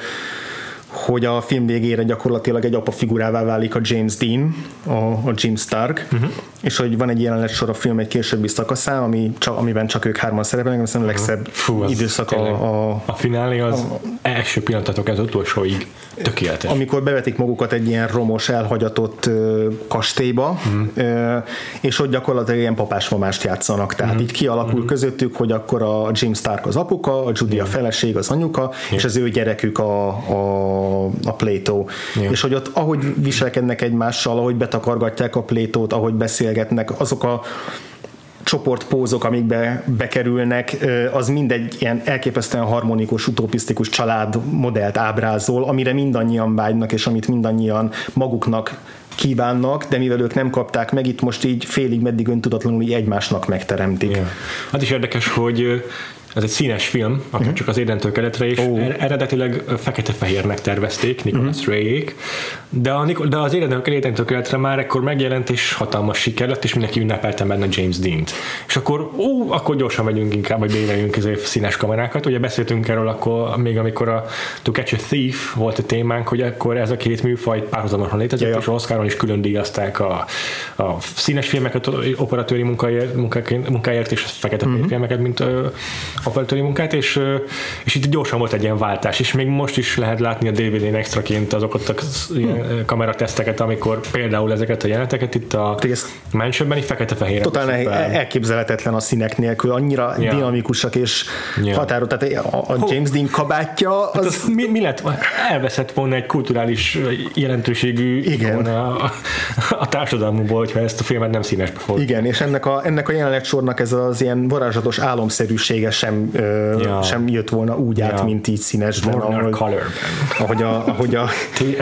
hogy a film végére gyakorlatilag egy apa figurává válik a James Dean, a, a Jim Stark, uh-huh. és hogy van egy jelenet sor a film egy későbbi szakaszán, ami csak, amiben csak ők hárman szerepelnek, azt hiszem a legszebb Fú, időszak a, a... A finálé az a, első pillanatok ez utolsóig tökéletes. Amikor bevetik magukat egy ilyen romos, elhagyatott uh, kastélyba, uh-huh. uh, és ott gyakorlatilag ilyen papás-mamást játszanak. Tehát uh-huh. így kialakul uh-huh. közöttük, hogy akkor a Jim Stark az apuka, a Judy uh-huh. a feleség, az anyuka, uh-huh. és az ő gyerekük a, a a Plato. Yeah. És hogy ott ahogy viselkednek egymással, ahogy betakargatják a Platót, ahogy beszélgetnek, azok a csoportpózok, amikbe bekerülnek, az mindegy ilyen elképesztően harmonikus, utopisztikus családmodellt ábrázol, amire mindannyian vágynak, és amit mindannyian maguknak kívánnak, de mivel ők nem kapták meg, itt most így félig meddig öntudatlanul így egymásnak megteremtik. Yeah. Hát is érdekes, hogy ez egy színes film, akár uh-huh. csak az Édentől keletre, és oh. eredetileg fekete-fehérnek tervezték, Nicholas uh-huh. Ray-ék, de, a, de az Édentől keletre már ekkor megjelent, és hatalmas siker lett, és mindenki ünnepelte benne James Dean-t. És akkor, ó, akkor gyorsan megyünk inkább, hogy béreljünk színes kamerákat. Ugye beszéltünk erről akkor, még amikor a To Catch a Thief volt a témánk, hogy akkor ez a két műfaj párhuzamosan létezett, ja, ja. és Oscaron is külön díjazták a, a színes filmeket, operatőri munkáért, munkáért és fekete-fehér uh-huh. filmeket, mint operatőri munkát, és, és itt gyorsan volt egy ilyen váltás, és még most is lehet látni a dé vé dén extraként azokat a hmm. kamerateszteket, amikor például ezeket a jeleneteket itt a Mansionben fekete-fehér. Totál elképzelhetetlen a színek nélkül, annyira ja. dinamikusak és ja. határok, tehát a, a James Dean kabátja az... Hát az mi, mi lett? Elveszett volna egy kulturális jelentőségű igen. a, a társadalmunkból, hogyha ezt a filmet nem színesbe fog. Igen, és ennek a, ennek a jelenetsornak ez az ilyen varázslatos álomszerűsége sem Sem, ja. sem jött volna úgy ja. át, mint így színesben, ahogy, ahogy a, ahogy a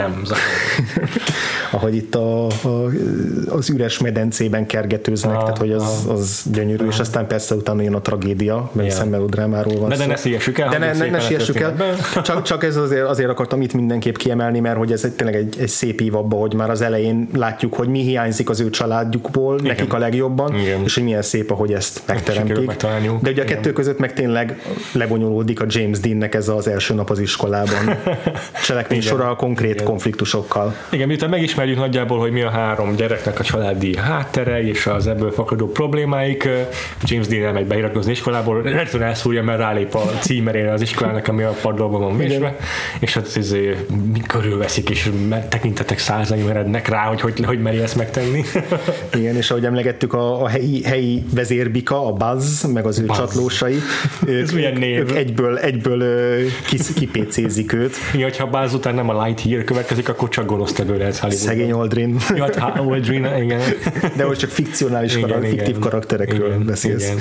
ahogy itt a, a, az üres medencében kergetőznek, ah, tehát hogy az, az gyönyörű, ah. és aztán persze utána jön a tragédia, mert yeah. szemmelodrámáról van de, de ne szíjessük el, de ne, ne, ne szíjessük el. Csak, csak ez azért, azért akartam itt mindenképp kiemelni, mert hogy ez egy, tényleg egy, egy szép ív abba, hogy már az elején látjuk, hogy mi hiányzik az ő családjukból, igen. nekik a legjobban, igen. és hogy milyen szép, ahogy ezt megteremtik. De ugye a kettő között meg tényleg lebonyolódik a James Deannek ez az első nap az iskolában. Cselekmény sora konkrét igen. konfliktusokkal. Igen, miután megismerjük nagyjából, hogy mi a három gyereknek a családi háttere, és az ebből fakadó problémáik, James Dean elmegy beiratkozni iskolából, rögtön elszúrja, mert rálép a címerére az iskolának, ami a padlóban van vésve, és hát ez körülveszik, és tekintetek százai merednek rá, hogy hogy, hogy meri ezt megtenni. Igen, és ahogy emlegettük, a, a helyi, helyi vezérbika, a Buzz, meg az ő Buzz. csatlósai, ők, ők, ők egyből, egyből kipécézik őt. Igen, hogyha Buzz után nem a Lightyear következik, akkor csak gonosztevő lehet Hollywoodban. Szegény Aldrin. Jó, hát Aldrin, igen. De hogy csak fikcionális, igen, karak, igen. fiktív karakterekről igen, beszélsz. Igen.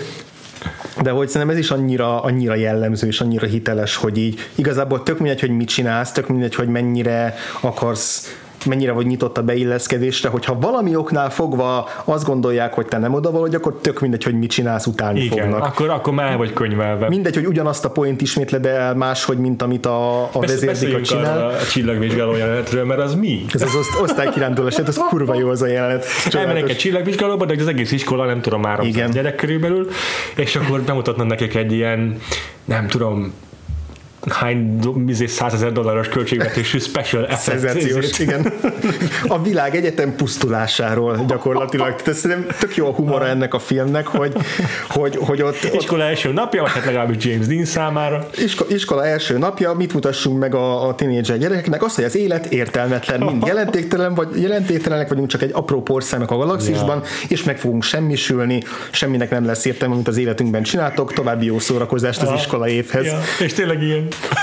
De hogy szerintem ez is annyira, annyira jellemző és annyira hiteles, hogy így igazából tök mindegy, hogy mit csinálsz, tök mindegy, hogy mennyire akarsz, mennyire vagy nyitott a beilleszkedésre, hogyha valami oknál fogva azt gondolják, hogy te nem oda vagy, akkor tök mindegy, hogy mit csinálsz, utálni igen, fognak. akkor, akkor már vagy könyvelve. Mindegy, hogy ugyanazt a point ismétled el máshogy, mint amit a, a vezérbika csinál. A csillagvizsgáló jelenetről, mert az mi? Ez az oszt- osztálykirándulás, ez kurva jó az a jelenet. Elmennek egy csillagvizsgálóba, de az egész iskola, nem tudom, már a gyerek körülbelül, és akkor bemutatnak nekik egy ilyen, nem tudom, hány százezer dolláros költségvetésű special effects. Igen. A világ egyetem pusztulásáról gyakorlatilag. Ez tök jó a humora ennek a filmnek, hogy, hogy, hogy ott, ott... Iskola első napja, vagy hát legalábbis James Dean számára. Isko, iskola első napja, mit mutassunk meg a, a tínédzser gyerekeknek? Azt, hogy az élet értelmetlen, mind jelentéktelen, vagy jelentéktelenek vagyunk csak egy apró pországnak a galaxisban, ja. és meg fogunk semmisülni, semminek nem lesz értelme, amit az életünkben csináltok, további jó szórakozást az ja. iskola évhez. Ja. És tényleg ilyen.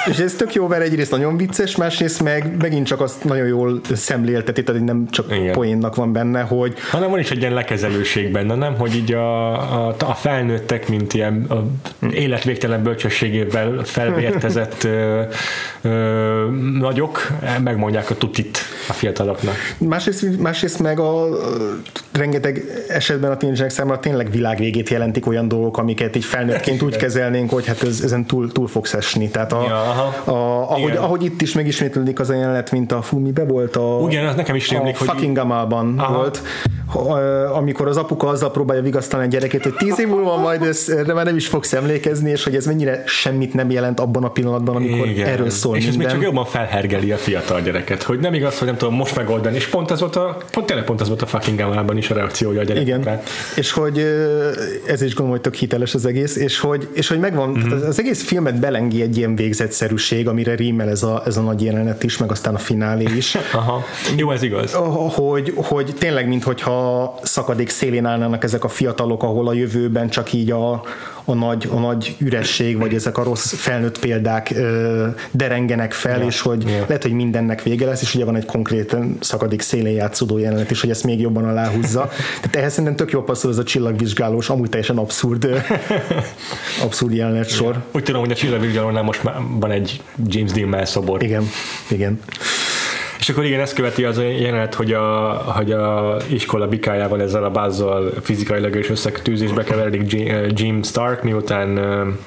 és ez tök jó, mert egyrészt nagyon vicces, másrészt meg megint csak azt nagyon jól szemlélteti, tehát nem csak igen. poénnak van benne, hogy... hanem van is egy ilyen lekezelőség benne, nem? Hogy így a, a, a felnőttek, mint ilyen a életvégtelen bölcsességével felvértezett ö, ö, nagyok, megmondják a tutit a fiataloknak. Másrészt, másrészt meg a rengeteg esetben a tínédzserek számára tényleg világvégét jelentik olyan dolgok, amiket így felnőttként úgy kezelnénk, hogy hát ez, ezen túl, túl fogsz esni. Tehát a, ja, a, ahogy, ahogy itt is megismétlődik az a jelenet, mint a fú, mibe volt a, ugyan, az nekem is rémlik, a fucking Gamalban volt, amikor az apuka azzal próbálja vigasztalni a gyerekét, hogy tíz év múlva majd erre már nem is fogsz emlékezni, és hogy ez mennyire semmit nem jelent abban a pillanatban, amikor igen. erről szól és minden. És ez még csak jobban felhergeli a fiatal gyereket, hogy nem igaz, hogy nem tudom most megoldani, és pont ez volt a, pont tényleg pont ez volt a fucking Gamalban is a reakciója a gyerekekre. Igen, és hogy ez is gondolom, hogy tök hiteles az egész, és hogy, és hogy megvan, mm-hmm. tehát az egész filmet belengi egy ilyen végzetszerűség, amire rímel ez a, ez a nagy jelenet is, meg aztán a finálé is. Aha. Jó, ez igaz. Hogy, hogy tényleg, minthogyha szakadék szélén állnának ezek a fiatalok, ahol a jövőben csak így a, a, nagy, a nagy üresség, vagy ezek a rossz felnőtt példák ö, derengenek fel, ja. és hogy ja. lehet, hogy mindennek vége lesz, és ugye van egy konkrétan szakadék szélén játszódó jelenet is, hogy ezt még jobban aláhúzza. Tehát ehhez szerintem tök jó passzol ez a csillagvizsgálós, amúgy teljesen abszurd abszurd jelenet sor. Ja. Úgy tudom, hogy a csillagvizsgálónál most már van egy James Dean melszobor. Igen, igen. És akkor igen, ezt követi az a jelenet, hogy a, hogy a iskola bikájával, ezzel a Buzzal fizikailag és összetűzésbe keveredik Jim Stark, miután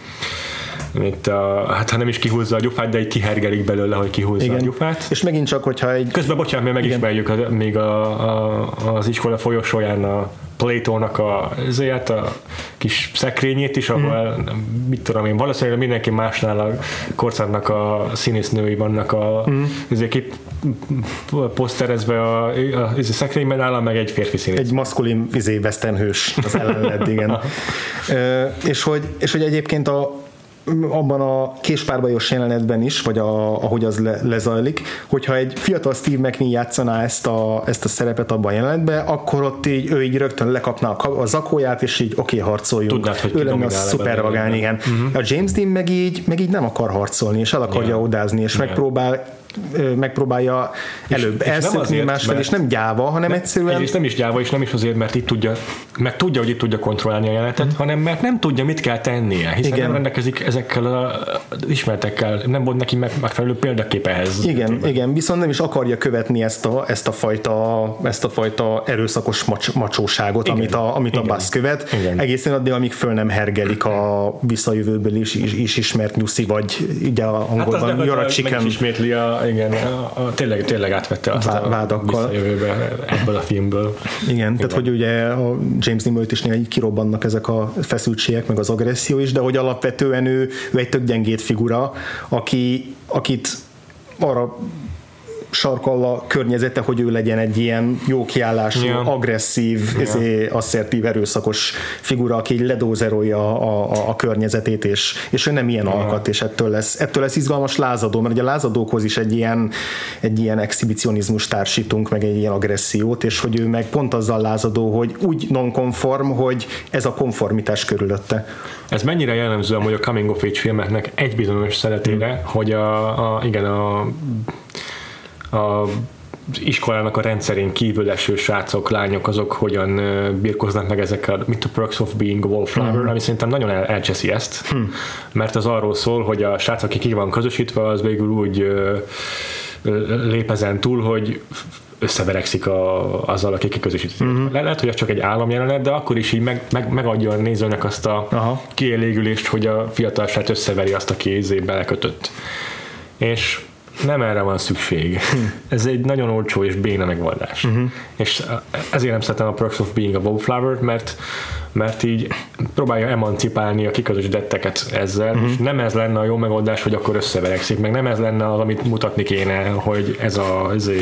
itt a, hát ha nem is kihúzza a gyufát, de így kihergelik belőle, hogy kihúzza igen. a gyufát. És megint csak, hogyha egy... Közben, bocsánat, mert megismerjük a, még a, a, az iskola folyosóján a Platónak a, ezért a kis szekrényét is, ahol mm. mit tudom én, valószínűleg mindenki másnál a korszaknak a színésznői vannak a mm. ezért poszterezve a, a, a szekrényben áll, meg egy férfi színész. Egy maszkulin izé westernhős az ellenled, igen. Ö, és, hogy, és hogy egyébként a abban a késpárbajos jelenetben is, vagy a, ahogy az le, lezajlik, hogyha egy fiatal Steve McQueen játszaná ezt a, ezt a szerepet abban a jelenetben, akkor ott így, ő így rögtön lekapná a zakóját, és így oké, okay, harcoljunk. Tudnád, hogy ő lenne a szuper vagány, igen. Uh-huh. A James Dean meg így, meg így nem akar harcolni, és el akarja yeah. odázni, és yeah. megpróbál megpróbálja előbb elszökni másfél, és nem gyáva, hanem nem, egyszerűen... Egyrészt nem is gyáva, és nem is azért, mert itt tudja, mert tudja, hogy itt tudja kontrollálni a jelenetet, mm. hanem mert nem tudja, mit kell tennie, hiszen igen. nem rendelkezik ezekkel az ismertekkel, nem volt neki megfelelő példakép ehhez. Igen, igen, viszont nem is akarja követni ezt a, ezt a, fajta, ezt a fajta erőszakos macs, macsóságot, igen. amit a, amit a Buzz követ, igen. egészen addig, amíg föl nem hergelik a visszajövőből is, is, is ismert nyuszi, vagy ugye a angolban hát You're a Chicken. Ismétli a igen, a, a, tényleg, tényleg átvette azt Vá- a visszajövőbe ebből a filmből. Igen, igen, tehát hogy ugye a James Dean-ből is néha így kirobbannak ezek a feszültségek, meg az agresszió is, de hogy alapvetően ő, ő egy tök gyengét figura, aki, akit arra sarkal a környezete, hogy ő legyen egy ilyen jó kiállású, yeah. agresszív, yeah. asszertív, erőszakos figura, aki ledózerolja a, a, a környezetét, és, és ő nem ilyen yeah. alkat, és ettől lesz, ettől lesz izgalmas lázadó, mert ugye a lázadókhoz is egy ilyen, egy ilyen exhibicionizmus társítunk, meg egy ilyen agressziót, és hogy ő meg pont azzal lázadó, hogy úgy non-konform, hogy ez a konformitás körülötte. Ez mennyire jellemző amúgy a coming of age filmeknek egy bizonyos szeretére, mm. hogy a, a igen, a a iskolának a rendszerén kívül eső srácok, lányok, azok hogyan birkoznak meg ezekkel, mint a Perks of Being a Wallflower, mm. ami szerintem nagyon el, elcseszi ezt, mm. mert az arról szól, hogy a srác, aki ki van közösítve, az végül úgy ö, ö, lép ezen túl, hogy összeverekszik a, azzal, aki kiközösíti. Mm-hmm. Le lehet, hogy ez csak egy álomjelenet, de akkor is így meg, meg, megadja a nézőnek azt a Aha. kielégülést, hogy a fiatal srác összeveri azt, aki ézébe belekötött. És nem erre van szükség. Hmm. Ez egy nagyon olcsó és béna megoldás. Uh-huh. És ezért nem szeretem a Perks of Being a Wallflower, mert mert így próbálja emancipálni a kiközösítetteket ezzel, uh-huh. és nem ez lenne a jó megoldás, hogy akkor összeverekszik, meg nem ez lenne az, amit mutatni kéne, hogy ez a ez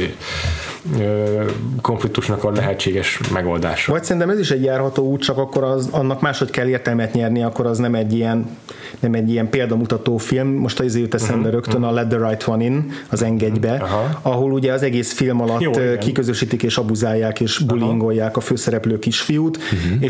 konfliktusnak a lehetséges megoldása. Vagy szerintem ez is egy járható út, csak akkor az, annak máshogy kell értelmet nyerni, akkor az nem egy ilyen, nem egy ilyen példamutató film. Most az jut eszembe uh-huh. rögtön a Let the Right One In, az Engedj be, uh-huh. ahol ugye az egész film alatt Jó, kiközösítik és abuzálják és bullyingolják a főszereplő kisfiút, uh-huh. és aztán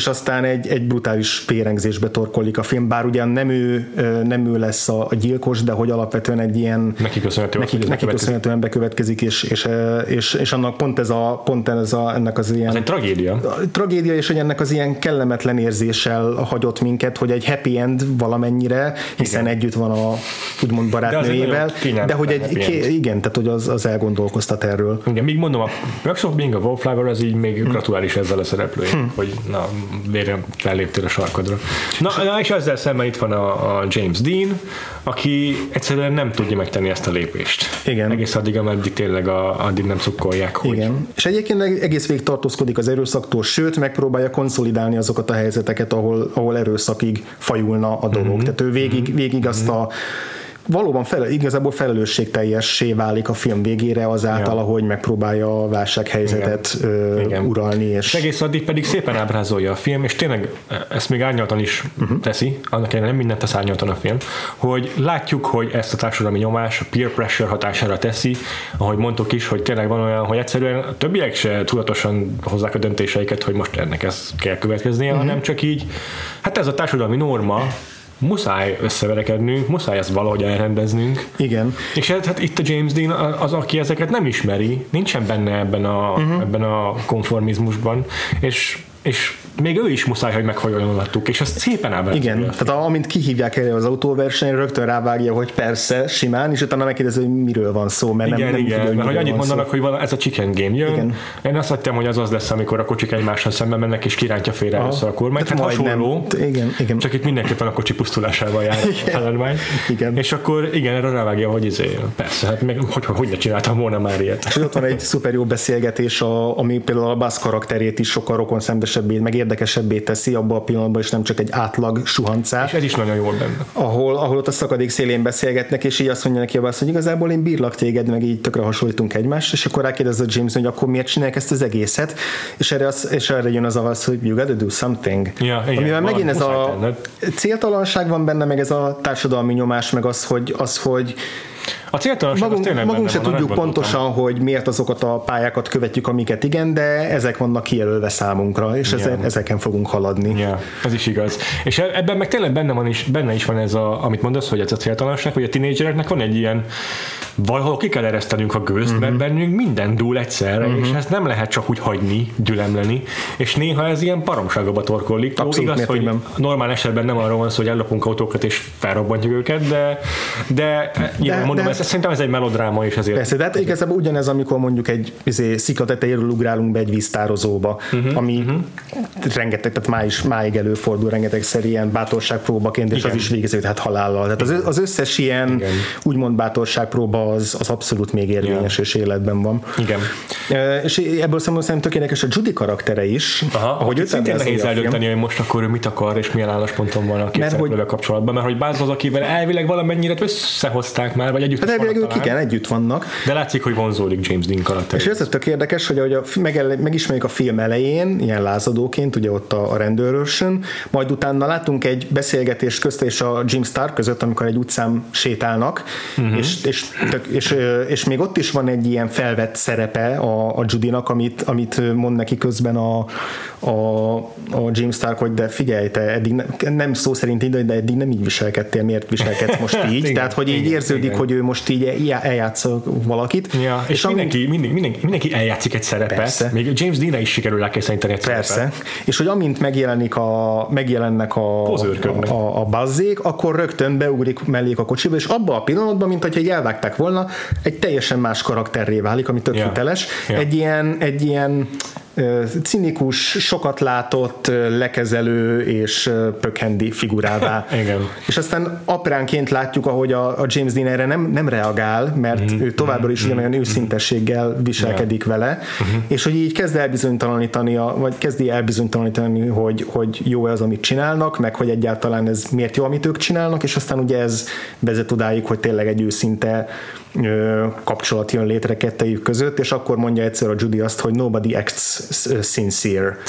egy, egy brutális pérengzésbe torkollik a film, bár ugyan nem ő, nem ő lesz a, a gyilkos, de hogy alapvetően egy ilyen neki köszönhetően, neki, neki köszönhetően bekövetkezik, és, és, és, és annak pont ez a, pont ez a, ennek az ilyen... Az egy tragédia. Tragédia, és hogy ennek az ilyen kellemetlen érzéssel hagyott minket, hogy egy happy end valamennyire, hiszen igen. együtt van a úgymond barátnőjével, de, de hogy egy, ké, igen, tehát hogy az, az elgondolkoztat erről. Igen, még mondom, a Perks of Being a Wallflower, az így még hmm. gratulális ezzel a szereplője, hmm. hogy na, végre felléptél a sarkodra. Na, na, és ezzel szemben itt van a, a James Dean, aki egyszerűen nem tudja megtenni ezt a lépést. Igen. Egész addig, ameddig tényleg a, addig nem szukkolják, hogy... Igen. És egyébként egész végig tartózkodik az erőszaktól, sőt, megpróbálja konszolidálni azokat a helyzeteket, ahol, ahol erőszakig fajulna a dolog. Mm-hmm. Tehát ő végig, végig azt a valóban fel, igazából felelősségteljessé válik a film végére azáltal, ja. ahogy megpróbálja a válsághelyzetet ö, uralni. És... és egész addig pedig szépen ábrázolja a film, és tényleg ezt még árnyaltan is uh-huh. teszi, annak ellenére nem mindent tesz árnyaltan a film, hogy látjuk, hogy ezt a társadalmi nyomás a peer pressure hatására teszi, ahogy mondtuk is, hogy tényleg van olyan, hogy egyszerűen a többiek se tudatosan hozzák a döntéseiket, hogy most ennek ez kell következnie, uh-huh. hanem csak így, hát ez a társadalmi norma, muszáj összeverekednünk, muszáj ezt valahogy elrendeznünk. Igen. És hát itt a James Dean az, aki ezeket nem ismeri, nincsen benne ebben a, uh-huh. ebben a konformizmusban, és és még ő is muszáj, hogy meghajolonattuk, és azt szépen ábrázolja. Igen, tehát amint kihívják erre az autóversenyre, rögtön rávágja, hogy persze, simán, és utána megkérdezi, hogy miről van szó, mert igen, nem, nem igen, tudja, hogy mert hogy annyit mondanak, szó. hogy vala, ez a chicken game jön. Igen. Én azt hittem, hogy az az lesz, amikor a kocsik egymással szemben mennek, és kirántja félre először a kormányt. Hát hasonló, igen, igen. csak itt mindenképpen a kocsi pusztulásával jár a feladvány. Igen. És akkor igen, erre rávágja, hogy izé, persze, hát meg, hogy, hogy ne csináltam volna már ilyet. És ott van egy szuper jó beszélgetés, a, ami például a Buzz karakterét is sokkal rokonszenvesebbé, meg érdekesebbé teszi abban a pillanatban, és nem csak egy átlag suhancás. És ez is nagyon jól benne. Ahol, ahol ott a szakadék szélén beszélgetnek, és így azt mondja neki a Buzz, hogy igazából én bírlak téged, meg így tökre hasonlítunk egymást, és akkor rákérdez a James, hogy akkor miért csinálják ezt az egészet, és erre, az, és erre jön az a válasz, hogy you gotta do something. Ja, igen, amivel van, megint ez a tenned. céltalanság van benne, meg ez a társadalmi nyomás, meg az, hogy, az, hogy a céltalanság magunk, az magunk se van, tudjuk pontosan, után. hogy miért azokat a pályákat követjük, amiket igen, de ezek vannak kijelölve számunkra, és yeah. ezek, ezeken fogunk haladni. Yeah, ez is igaz. És ebben meg tényleg benne, van is, benne is van ez, a, amit mondasz, hogy ez a céltalanság, hogy a tínédzsereknek van egy ilyen, valahol ki kell eresztenünk a gőzt, mm-hmm. mert bennünk minden dúl egyszerre, mm-hmm. és ezt nem lehet csak úgy hagyni, gyülemleni, és néha ez ilyen baromságba torkollik. Abszolút igaz, hogy normál esetben nem arról van szó, hogy ellopunk autókat és felrobbantjuk őket, de, de, de mondom, de, ez, szerintem ez egy melodráma, és ezért... Persze, de hát igazából ugyanez, amikor mondjuk egy izé, szikla tetejéről ugrálunk be egy víztározóba, uh-huh, ami uh-huh. rengeteg, tehát má is, máig előfordul rengeteg ilyen bátorságpróbaként, és igen. az is végező, hát halállal. Tehát az, az összes ilyen igen. úgymond bátorságpróba az, az abszolút még érvényes yeah. és életben van. Igen. E, és ebből szemben tökéletes a Judy karaktere is. Aha, ahogy szintén nehéz eldönteni, hogy most akkor ő mit akar, és milyen állásponton van a két szereplővel kapcsolatban, mert hogy Buzz az, akivel elvileg valamennyire összehozták már, vagy együtt hát elvileg ők igen, együtt vannak. De látszik, hogy vonzódik James Dean karakter. És ez tök érdekes, hogy ahogy a, meg, megismerjük a film elején, ilyen lázadóként, ugye ott a, a rendőrösön, majd utána látunk egy beszélgetést közt és a Jim Stark között, amikor egy utcán sétálnak, uh-huh. és, és, tök, és, és még ott is van egy ilyen felvett szerepe a, a Judynak, amit, amit mond neki közben a, a, a Jim Stark, hogy de figyelj, te eddig ne, nem szó szerint így, de eddig nem így viselkedtél, miért viselkedsz most így? Igen, tehát, hogy így igen, érződik, igen. hogy ő most így eljátszol valakit. Ja, és, és mindenki, amint, mindenki, mindenki, mindenki eljátszik egy szerepet. Persze. Még James Dean-re is sikerül rákészíteni egy persze. szerepet. És hogy amint megjelenik a, megjelennek a, a, a, a Buzzék, akkor rögtön beugrik mellék a kocsiba, és abban a pillanatban, mint hogyha egy elvágták volna, egy teljesen más karakterré válik, ami tök ja. hiteles. Ja. Egy ilyen, egy ilyen cinikus, sokat látott, lekezelő és pökhendi figurává. Igen. És aztán apránként látjuk, ahogy a, a James Dean erre nem, nem reagál, mert mm-hmm. ő továbbra is mm-hmm. ugyanolyan őszintességgel viselkedik yeah. vele, mm-hmm. és hogy így kezd elbizonytalanítani, a, vagy kezdi elbizonytalanítani, hogy, hogy jó-e az, amit csinálnak, meg hogy egyáltalán ez miért jó, amit ők csinálnak, és aztán ugye ez vezet odáig, hogy tényleg egy őszinte kapcsolat jön létre kettejük között, és akkor mondja egyszer a Judy azt, hogy nobody acts sincere.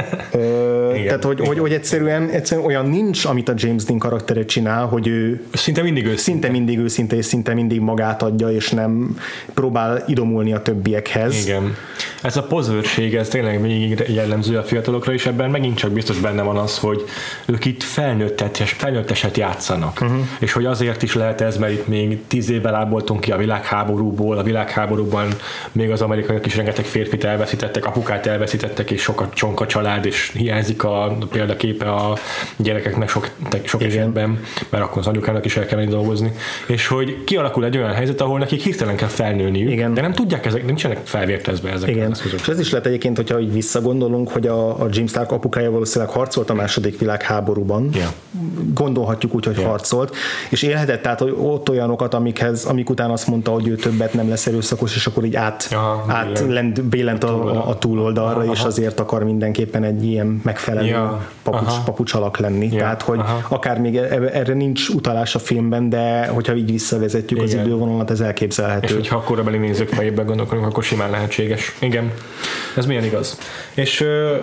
Ö, igen, tehát, hogy, hogy, hogy egyszerűen, egyszerűen olyan nincs, amit a James Dean karaktere csinál, hogy ő szinte mindig őszinte. Szinte mindig őszinte, és szinte mindig magát adja, és nem próbál idomulni a többiekhez. Igen. Ez a pozőrség, ez tényleg még jellemző a fiatalokra, és ebben megint csak biztos benne van az, hogy ők itt felnőttes, felnőtteset játszanak. Uh-huh. És hogy azért is lehet ez, mert itt még tíz évvel áboltunk ki a világháborúból, a világháborúban még az amerikaiak is rengeteg férfit elveszítettek, apukát elveszítettek, és sokat csonka család, és hiányzik a példaképe a gyerekeknek sok, sok esetben, mert akkor az anyukának is el kell menni dolgozni. És hogy kialakul egy olyan helyzet, ahol nekik hirtelen kell felnőniük, igen. de nem tudják, ezek, nincsenek felvértezve ezek. Igen. És ez is lehet egyébként, hogyha így visszagondolunk, hogy a, a Jim Stark apukája valószínűleg harcolt a második világháborúban. Yeah. Gondolhatjuk úgy, hogy yeah. harcolt, és élhetett át ott olyanokat, amikhez, amik után azt mondta, hogy ő többet nem lesz erőszakos, és akkor így át, Aha, át lend, bélent a, a, a túloldalra, Aha. és azért akar mindenképpen egy ilyen megfelelő yeah. papucs, papucs alak lenni. Yeah. Tehát, hogy Aha. akár még erre nincs utalás a filmben, de hogyha így visszavezetjük Igen. az idővonalat, ez elképzelhető. És hogyha akkor ebben nézők fejében gondolkodunk, akkor simán lehetséges. Igen, ez milyen igaz. És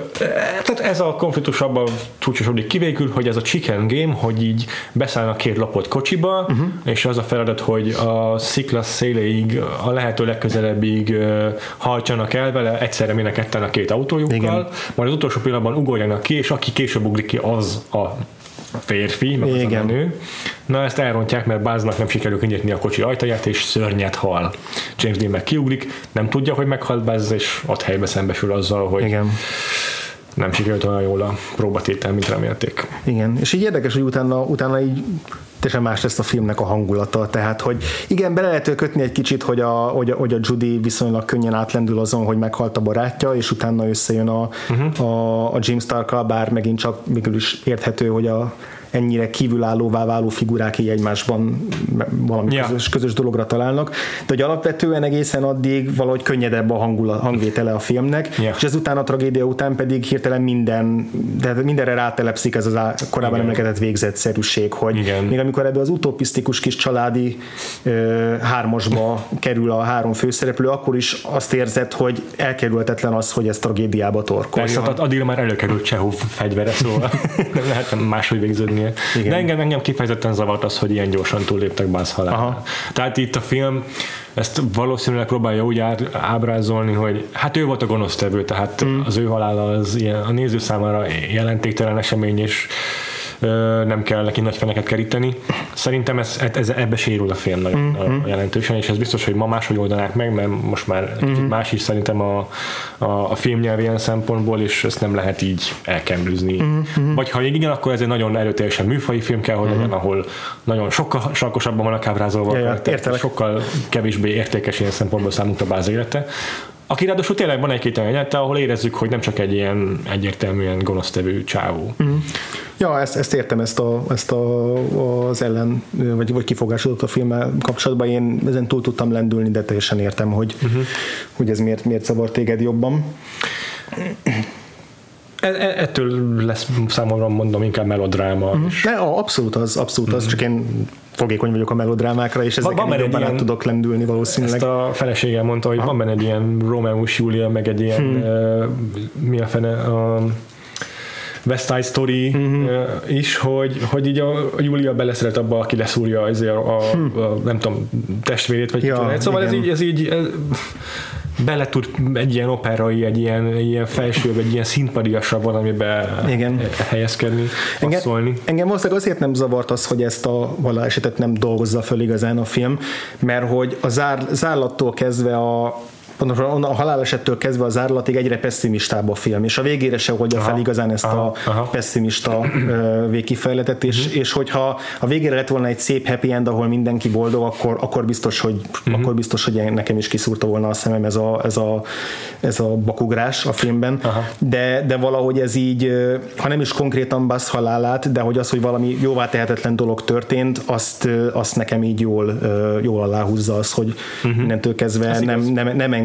tehát ez a konfliktus abban csúcsosodik ki végül, hogy ez a chicken game, hogy így beszállnak két lapot kocsiba, uh-huh. és az a feladat, hogy a szikla széléig, a lehető legközelebbig hajtsanak el vele, egyszerre mind a ketten a két autójukkal, Igen. majd az utolsó pillanatban ugorjanak ki, és aki később ugrik ki, az a férfi, meg az a nő. Na ezt elrontják, mert Buzznak nem sikerül kinyitni a kocsi ajtaját, és szörnyet hal. James Dean meg kiugrik, nem tudja, hogy meghalt Buzz, és ott helybe szembesül azzal, hogy Igen. nem sikerült olyan jól a próbatétel, mint remélték. Igen, és így érdekes, hogy utána, utána így teljesen más lesz a filmnek a hangulata, tehát, hogy igen, bele lehet kötni egy kicsit, hogy a, hogy a, hogy a Judy viszonylag könnyen átlendül azon, hogy meghalt a barátja, és utána összejön a, uh-huh. a, a Jim Starkkal, bár megint csak mégis is érthető, hogy a ennyire kívülállóvá váló figurák így egymásban valami yeah. közös, közös dologra találnak, de hogy alapvetően egészen addig valahogy könnyedebb a hangul, hangvétele a filmnek, yeah. és ezután a tragédia után pedig hirtelen minden, de mindenre rátelepszik ez az á, korábban emlegetett végzetszerűség, hogy Igen. még amikor ebből az utopisztikus kis családi ö, hármasba kerül a három főszereplő, akkor is azt érzed, hogy elkerülhetetlen az, hogy ez tragédiába torkoljon. Persze, addigra már előkerült Csehov fegyvere, szóval nem lehet máshogy végződni. Igen. De engem, engem kifejezetten zavart az, hogy ilyen gyorsan túlléptek Buzz halálra. Tehát itt a film ezt valószínűleg próbálja úgy ábrázolni, hogy hát ő volt a gonosztevő, tehát mm. az ő halála az ilyen, a néző számára jelentéktelen esemény, és ö, nem kell neki nagy feneket keríteni. Szerintem ez, ez, ebbe sérül a film nagyon mm-hmm. jelentősen, és ez biztos, hogy ma máshogy oldanák meg, mert most már mm-hmm. kicsit más is szerintem a, a, a filmnyelv ilyen szempontból, és ezt nem lehet így elkemrűzni. Mm-hmm. Vagy ha igen, akkor ez egy nagyon erőteljesen műfaji film kell, hogy mm-hmm. legyen, ahol nagyon sokkal sarkosabban vannak ábrázolva, ja, ja, sokkal kevésbé értékes ilyen szempontból számunkra Buzz élete. Aki ráadásul tényleg van egy-két olyan jelente, ahol érezzük, hogy nem csak egy ilyen egyértelműen gonosztevő csávó. Mm. Ja, ezt, ezt értem, ezt, a, ezt a, az ellen, vagy, vagy kifogásodott a filmmel kapcsolatban, én ezen túl tudtam lendülni, de teljesen értem, hogy, uh-huh. hogy ez miért, miért zavar téged jobban. Ettől lesz számomra, mondom, inkább melodráma. Uh-huh. Ne, abszolút az, abszolút az, uh-huh. csak én fogékony vagyok a melodrámákra, és ezeken jobban át tudok lendülni valószínűleg. Ezt a feleségem mondta, hogy Aha. van benne egy ilyen Rómeus Júlia, meg egy ilyen hmm. uh, mi a fene a West Side Story uh-huh. uh, is, hogy, hogy így a, a Júlia beleszeret abba, aki leszúrja a, a, hmm. a, a nem tudom, testvérét, vagy ja, szóval igen. ez így, ez így ez, bele tud egy ilyen operai, egy ilyen, egy ilyen felsőbb, egy ilyen színpadiasabb valamibe Igen. helyezkedni, passzolni. Engem, engem valószínűleg azért nem zavart az, hogy ezt a vala esetet nem dolgozza föl igazán a film, mert hogy a zár, zárlattól kezdve a pontosan a halálesettől kezdve az zárlatig egyre pessimistább a film, és a végére se oldja fel igazán ezt aha, a aha. pessimista végkifejletet, és, uh-huh. és hogyha a végére lett volna egy szép happy end, ahol mindenki boldog, akkor, akkor, biztos, hogy, uh-huh. akkor biztos, hogy nekem is kiszúrta volna a szemem ez a, ez a, ez a bakugrás a filmben, de, de valahogy ez így, ha nem is konkrétan Buzz halálát, de hogy az, hogy valami jóvá tehetetlen dolog történt, azt, azt nekem így jól, jól aláhúzza az, hogy uh-huh. innentől kezdve nem, nem, nem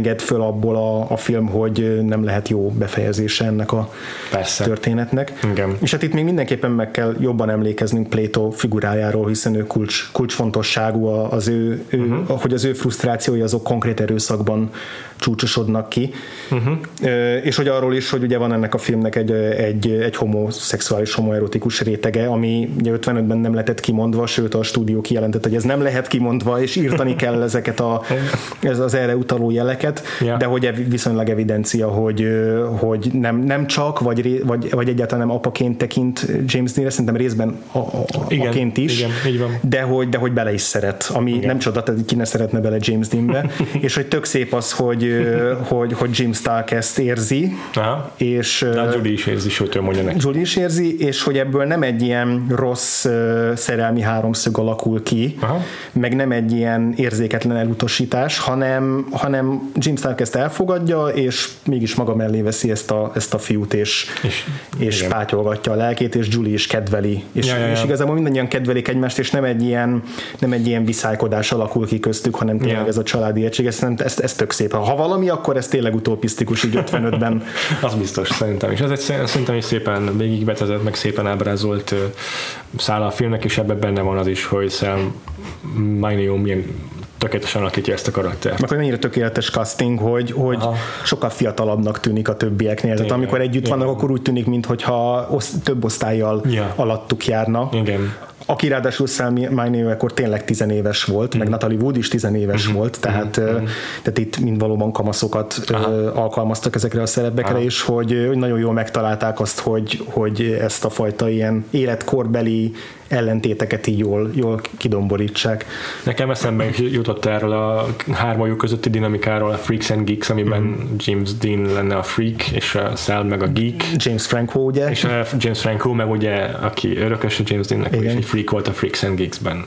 enged föl abból a, a film, hogy nem lehet jó befejezése ennek a Persze. történetnek. Igen. És hát itt még mindenképpen meg kell jobban emlékeznünk Plato figurájáról, hiszen ő kulcs, kulcsfontosságú az ő, ő uh-huh. hogy az ő frusztrációi azok konkrét erőszakban csúcsosodnak ki. Uh-huh. És hogy arról is, hogy ugye van ennek a filmnek egy, egy, egy homoszexuális, homoerotikus rétege, ami ugye ötvenötben nem lehetett kimondva, sőt a stúdió kijelentett, hogy ez nem lehet kimondva, és írtani kell ezeket a, ez az erre utaló jeleket, yeah. de hogy viszonylag evidencia, hogy, hogy nem, nem csak, vagy, vagy, vagy egyáltalán nem apaként tekint James Deanre, szerintem részben a, a, igen, apaként is, igen, így van. De, hogy, de hogy bele is szeret, ami igen. nem csoda, tehát ki ne szeretne bele James Deanbe, és hogy tök szép az, hogy, hogy, hogy Jim Stark ezt érzi, Aha. és de Julie is érzi, sőt ő mondja neki. Julie is érzi, és hogy ebből nem egy ilyen rossz uh, szerelmi háromszög alakul ki, Aha. meg nem egy ilyen érzéketlen elutasítás, hanem, hanem Jim Stark ezt elfogadja, és mégis maga mellé veszi ezt a, ezt a fiút, és, és, és pátyolgatja a lelkét, és Julie is kedveli. És, ja, ja, ja. és igazából mindannyian kedvelik egymást, és nem egy ilyen, nem egy ilyen viszálykodás alakul ki köztük, hanem tényleg ja. ez a családi egység, ezt, ezt, ezt tök szép. Ha valami, akkor ez tényleg utopisztikus, így ötvenötben. Az biztos, szerintem is. Ez egy, szerintem is szépen végigbetezett, meg szépen ábrázolt szála a filmnek, és ebben benne van az is, hogy Sam Mineo milyen tökéletesen alakítja ezt a karaktert. Meg hogy mennyire tökéletes casting, hogy, hogy sokkal fiatalabbnak tűnik a többieknél. Tehát amikor együtt vannak, akkor úgy tűnik, mintha osz, több osztályjal yeah. alattuk járna. Igen. Aki ráadásul Sam Mineo akkor tényleg tizenéves volt, mm. meg Natalie Wood is tizenéves mm-hmm. volt, tehát, mm-hmm. tehát itt mind valóban kamaszokat Aha. alkalmaztak ezekre a szerepekre, Aha. és hogy nagyon jól megtalálták azt, hogy, hogy ezt a fajta ilyen életkorbeli ellentéteket így jól, jól kidomborítsák. Nekem eszembe jutott erről a hármajuk közötti dinamikáról a Freaks and Geeks, amiben mm. James Dean lenne a freak, és a Sal meg a geek. James Franco, ugye? És a James Franco meg ugye, aki örökös a James Deannek, és egy freak volt a Freaks and Geeks-ben.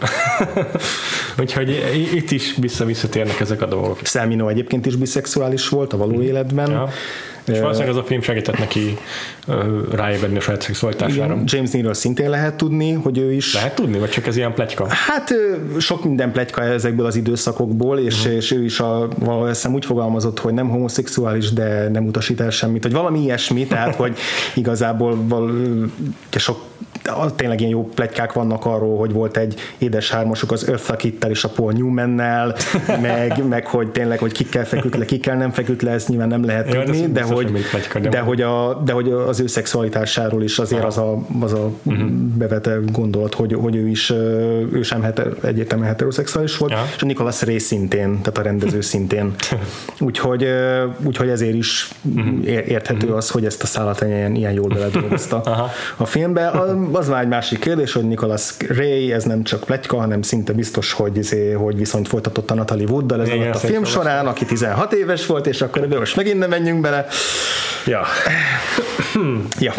Úgyhogy itt is vissza-visszatérnek ezek a dolgok. Sal Mineo egyébként is biszexuális volt a való életben. Ja. És valószínűleg az a film segített neki ráébredni a saját szexualitására. James Deanről szintén lehet tudni, hogy ő is... Lehet tudni, vagy csak ez ilyen pletyka? Hát sok minden pletyka ezekből az időszakokból, és, uh-huh. és ő is a, valahogy eszem úgy fogalmazott, hogy nem homoszexuális, de nem utasít el semmit, vagy valami ilyesmi, tehát hogy igazából val, sok tényleg ilyen jó pletykák vannak arról, hogy volt egy édes hármasuk az Eartha Kitt-tel és a Paul Newman-nel, meg, meg hogy tényleg, hogy kikkel feküdt le, kikkel nem feküdt le, ezt nyilván nem lehet ja, tudni, de hogy, pletyka, de, de, hogy a, de hogy az ő szexualitásáról is azért az a, az a uh-huh. bevete gondolat, hogy, hogy ő is ő sem heter, egyértelműen heteroszexuális volt, ja. és a Nicholas Ray szintén, tehát a rendező szintén. Úgyhogy, úgyhogy ezért is uh-huh. érthető uh-huh. az, hogy ezt a szállat ilyen, ilyen jól beledolgozta a filmbe. Az már egy másik kérdés, hogy Nicholas Ray, ez nem csak pletyka, hanem szinte biztos, hogy, hogy viszont folytatott a Natalie Wooddal ez alatt a film során, aki tizenhat éves volt, és akkor ebben most megint nem menjünk bele. Ja. ja.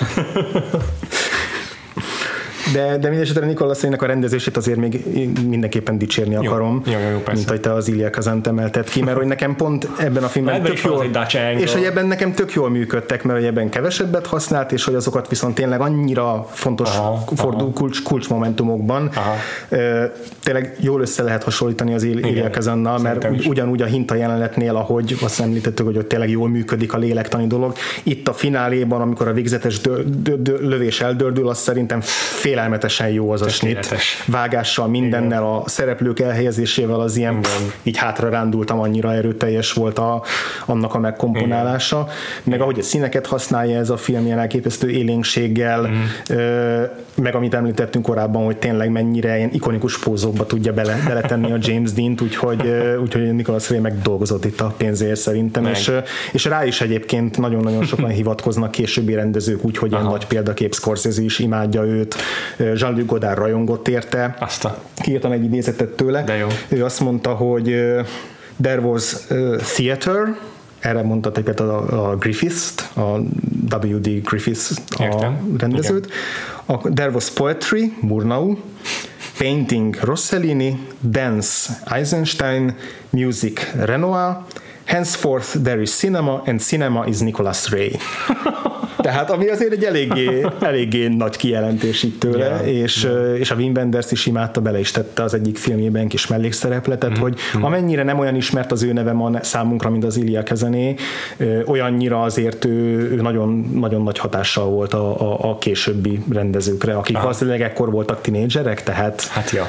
De, de mindesetre Nicholas Ray-nek a rendezését azért még mindenképpen dicsérni akarom, jó, jó, jó, mint hogy te az Ilya Kazant emelted ki, mert hogy nekem pont ebben a filmben ebben tök jól, és hogy ebben nekem tök jól működtek, mert hogy ebben kevesebbet használt, és hogy azokat viszont tényleg annyira fontos aha, fordul, aha. kulcs, kulcsmomentumokban aha. tényleg jól össze lehet hasonlítani az Ilya Kazannal, mert ugy, ugyanúgy a hinta jelenetnél, ahogy azt említettük, hogy ott tényleg jól működik a lélektani dolog. Itt a fináléban, amikor a végzetes dö, dö, dö, lövés eldördül, az szerintem félelmetesen jó az a snit. Vágással, mindennel, igen. a szereplők elhelyezésével az ilyen pff, így hátra rándultam, annyira erőteljes volt a, annak a megkomponálása. Igen. Meg ahogy a színeket használja ez a film ilyen elképesztő élénkséggel, mm. ö, meg amit említettünk korábban, hogy tényleg mennyire ilyen ikonikus pózokba tudja bele, beletenni a James Dean-t, úgyhogy, úgyhogy Nicholas Ray megdolgozott itt a pénzért szerintem, és, és rá is egyébként nagyon-nagyon sokan hivatkoznak későbbi rendezők, úgyhogy ilyen nagy példakép, Scorsese is imádja őt, Jean-Luc Godard rajongott érte. Aztán. Kiírtam egy idézetet tőle. De jó. Ő azt mondta, hogy there was theater, erre mondta például a, a Griffith, a W D Griffith a Értem. rendezőt. A, there was poetry, Murnau, painting Rossellini, dance Eisenstein, music Renoir, henceforth there is cinema and cinema is Nicholas Ray. Tehát ami azért egy eléggé, eléggé nagy kijelentés itt tőle, yeah, és, yeah. és a Wim Wenders is imádta, bele is tette az egyik filmjében kis mellékszerepletet, mm-hmm. hogy amennyire nem olyan ismert az ő neve ma számunkra, mint az Ilya Kezené, olyannyira azért ő, ő nagyon, nagyon nagy hatással volt a, a, a későbbi rendezőkre, akik ah. valószínűleg ekkor voltak tinédzserek, tehát hát ja.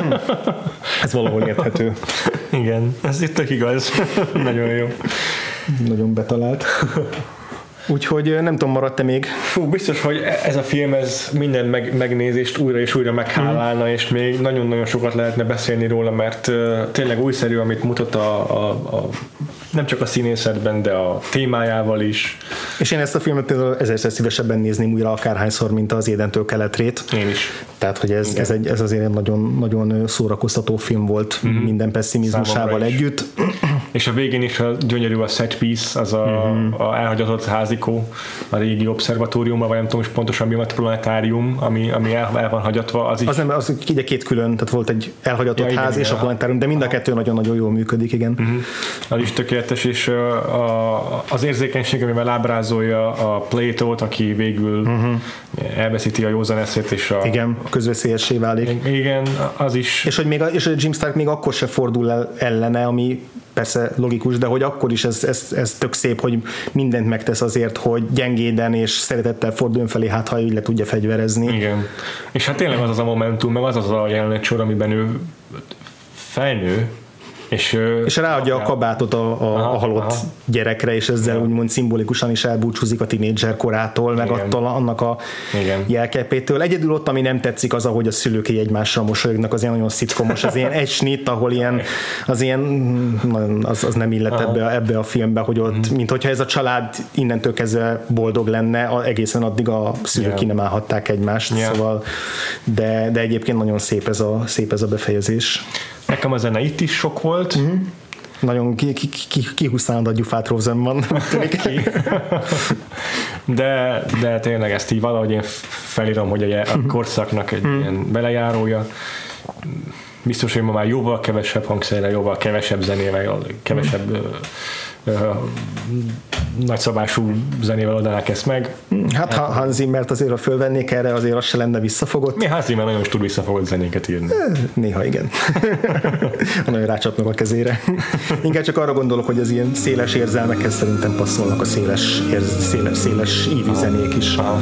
ez valahol érthető. Igen, ez itt tök igaz. Nagyon jó. Nagyon betalált. Úgyhogy nem tudom, maradt-e még? Fú, biztos, hogy ez a film ez minden meg, megnézést újra és újra meghálálna, mm. és még nagyon-nagyon sokat lehetne beszélni róla, mert uh, tényleg újszerű, amit mutat a, a, a nem csak a színészetben, de a témájával is. És én ezt a filmet például ezerszer szívesebben nézném újra akárhányszor, mint az Édentől keletrét. Én is. Tehát, hogy ez, ez, egy, ez azért egy nagyon, nagyon szórakoztató film volt mm-hmm. minden pessimizmusával együtt. És a végén is a gyönyörű a set piece, az a, mm-hmm. a elhagyatott házikó, a régi obszervatóriumban, vagy nem tudom is pontosan mi volt, a planetárium, ami, ami el, el van hagyatva. Az, is... az nem, az ugye két külön, tehát volt egy elhagyatott ja, ház igen, és igen. a planetárium, de mind a kettő nagyon-nagyon jól működik, igen. Mm-hmm. Az is tökéletes, és a, az érzékenység, amivel ábrázolja a Platót, aki végül uh-huh. elveszíti a józan eszét, és a... Igen, közveszélyessé válik. Igen, az is. És hogy még a, és a Jim Stark még akkor se fordul el ellene, ami persze logikus, de hogy akkor is ez, ez, ez tök szép, hogy mindent megtesz azért, hogy gyengéden és szeretettel forduljon felé, hát ha így le tudja fegyverezni. Igen. És hát tényleg az az a momentum, meg az az a jelenet sor, amiben ő felnő, És, és ráadja a kabátot a, a, aha, a halott aha. gyerekre, és ezzel ja. úgymond szimbolikusan is elbúcsúzik a tinédzser korától, meg attól annak a igen. jelképétől. Egyedül ott, ami nem tetszik, az, ahogy a szülők egymással mosolyognak, az ilyen nagyon szitkomos, az ilyen egy snit, ahol ilyen, az ilyen, az, az nem illet ebbe, ebbe a filmbe, hogy ott, mm. mint hogyha ez a család innentől kezdve boldog lenne, egészen addig a szülők yeah. ki nem állhatták egymást, yeah. szóval, de, de egyébként nagyon szép ez a, szép ez a befejezés. Nekem a zene itt is sok volt. Mm-hmm. Nagyon kihúztálod a gyufát Rosenban. de, de tényleg ezt így valahogy én felírom, hogy a korszaknak egy mm. ilyen belejárója. Biztos, hogy ma már jóval kevesebb hangszerrel, jóval kevesebb zenével, kevesebb mm. uh, uh, nagyszabású zenével oldanák ezt meg. Hát ha Hans Zimmert azért, ha fölvennék erre, azért az se lenne visszafogott. Mi Hans Zimmer nagyon is tud visszafogott zenéket írni. Néha igen. Nagyon rácsapnak a kezére. Inkább csak arra gondolok, hogy az ilyen széles érzelmekhez szerintem passzolnak a széles, érz, széles, széles ívű zenék is. Aha.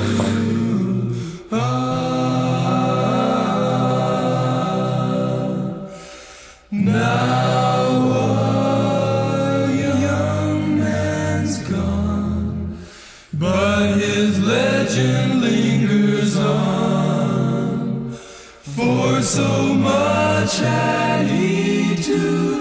So much had he to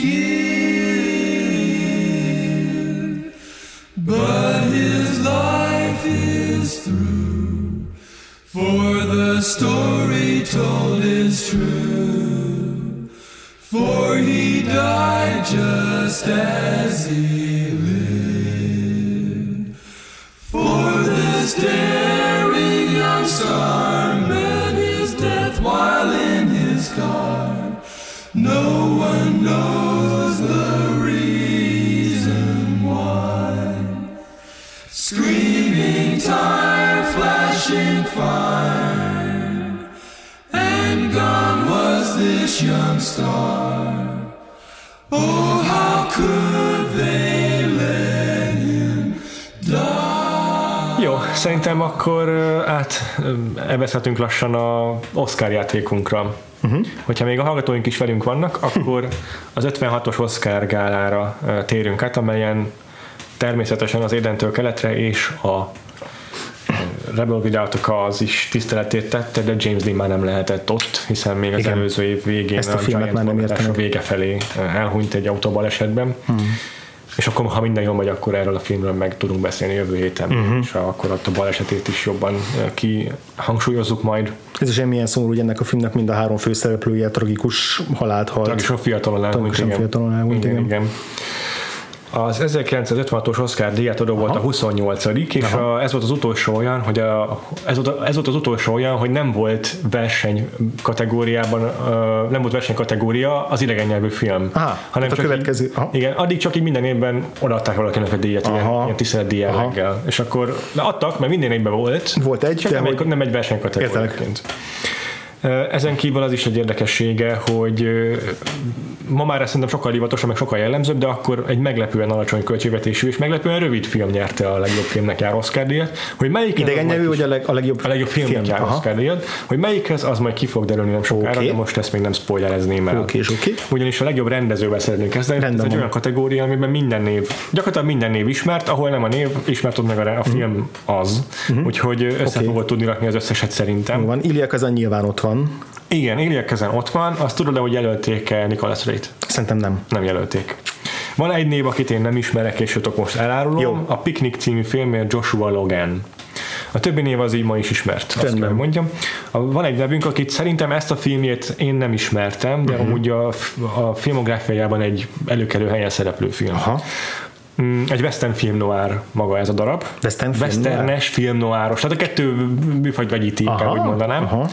give, but his life is through, for the story told is true, for he died just as he lived, for this daring young star met his death while in his car. No one knows the reason why. Screaming tire, flashing fire, and gone was this young star. Oh, how could they let him die? Jó, szerintem akkor át evezhetünk lassan a Oscar játékunkra. Uh-huh. Hogyha még a hallgatóink is velünk vannak, akkor az ötvenhatos Oscar gálára térünk át, amelyen természetesen az Édentől keletre és a Rebel Without a Cause is tiszteletét tette, de James Dean már nem lehetett ott, hiszen még az igen. előző év végén ezt a, a filmet már nem értem. Vége felé elhunyt egy autóbalesetben. Uh-huh. És akkor, ha minden jól megy, akkor erről a filmről meg tudunk beszélni jövő héten, uh-huh. és akkor ott a balesetét is jobban kihangsúlyozzuk majd. Ez is milyen szomorú, hogy ennek a filmnek mind a három főszereplője tragikus halált halt. Tragikusan fiatalon elhunyt, igen. Fiatalon elhunyt, igen. igen. igen. Az ezerkilencszázötvenhatos Oscar díjátadó volt a huszonnyolcadik és a, ez volt az utolsó olyan, hogy a, ez, volt, ez volt az utolsó olyan, hogy nem volt verseny kategóriában, uh, nem volt verseny kategória az idegen nyelvű film. Aha, hanem csak a következő. Így, igen, addig csak így minden évben odaadták valakinek a díjat, ilyen, ilyen tiszteletdíjjel. És akkor adtak, mert minden évben volt. Volt egy, csak nem, egy, nem egy verseny kategóriaként. Ezen kívül az is egy érdekessége, hogy ma már ezt szerintem sokkal divatosabb, meg sokkal jellemzőbb, de akkor egy meglepően alacsony költségvetésű és meglepően rövid film nyerte a legjobb filmnek jár Oscar-díjat. Hogy melyik idegen nyelvű, vagy a, leg, a legjobb, a legjobb filmnek film. jár Oscar-díjat. Hogy melyikhez, az majd ki fog derülni nem sokára, okay. de most ezt még nem spoilerezném el. Okay, okay. Ugyanis a legjobb rendezővel szeretnénk kezdeni. Ez egy olyan kategória, amiben minden név, gyakorlatilag minden név ismert, ahol nem a név ismert, ott meg a, a film az. Uh-huh. Úgyhogy össze okay. fogod tudni rakni az összeset szerintem. Van. Ilya Kazan nyilván ott van. Igen, Elia Kazan ott van. Azt tudod, hogy jelölték Nicholas Ray-t? Szerintem nem. Nem jelölték. Van egy név, akit én nem ismerek, és őt most elárulom. Jó. A Picnic című filmért Joshua Logan. A többi név az így ma is ismert. Azt kell mondjam. Van egy nevünk, akit szerintem ezt a filmjét én nem ismertem, de uh-huh. amúgy a, a filmográfiájában egy előkelő helyen szereplő film. Aha. Egy western film noir maga ez a darab. Western film Westernes film noiros. Tehát a kettő műfajt vegyíti, inkább úgy mondanám. Aha.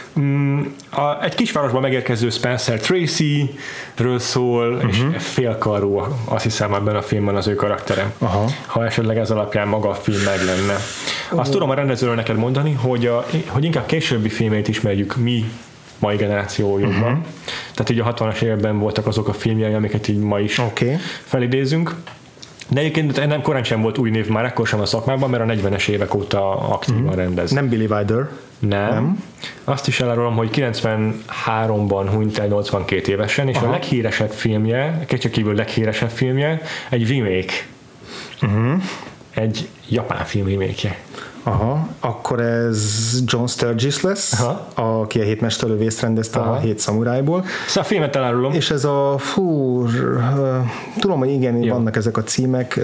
A, egy kisvárosban megérkező Spencer Tracy-ről szól, uh-huh. és félkarú, azt hiszem ebben a filmben az ő karaktere. Aha. Ha esetleg ez alapján maga a film meg lenne. Uh-huh. Azt tudom a rendezőről neked mondani, hogy, a, hogy inkább későbbi filmét ismerjük mi mai generációjukban. Uh-huh. Tehát így a hatvanas években voltak azok a filmjei, amiket így ma is okay. felidézünk. De egyébként nem korán sem volt új név már, ekkor sem a szakmában, mert a negyvenes évek óta aktívan mm-hmm. rendez. Nem Billy Wilder. Nem. nem. Azt is elárulom, hogy kilencvenháromban hunyt el nyolcvankét évesen, és aha. a leghíresebb filmje, kétségkívül leghíresebb filmje egy remake. Uh-huh. Egy japán film remake-je. Aha, akkor ez John Sturges lesz, aha. aki a Hétmesterlövészt rendezte aha. a Hét szamurájból. Szóval a filmet elárulom. És ez a, fú, uh, tudom, hogy igen, jó. vannak ezek a címek.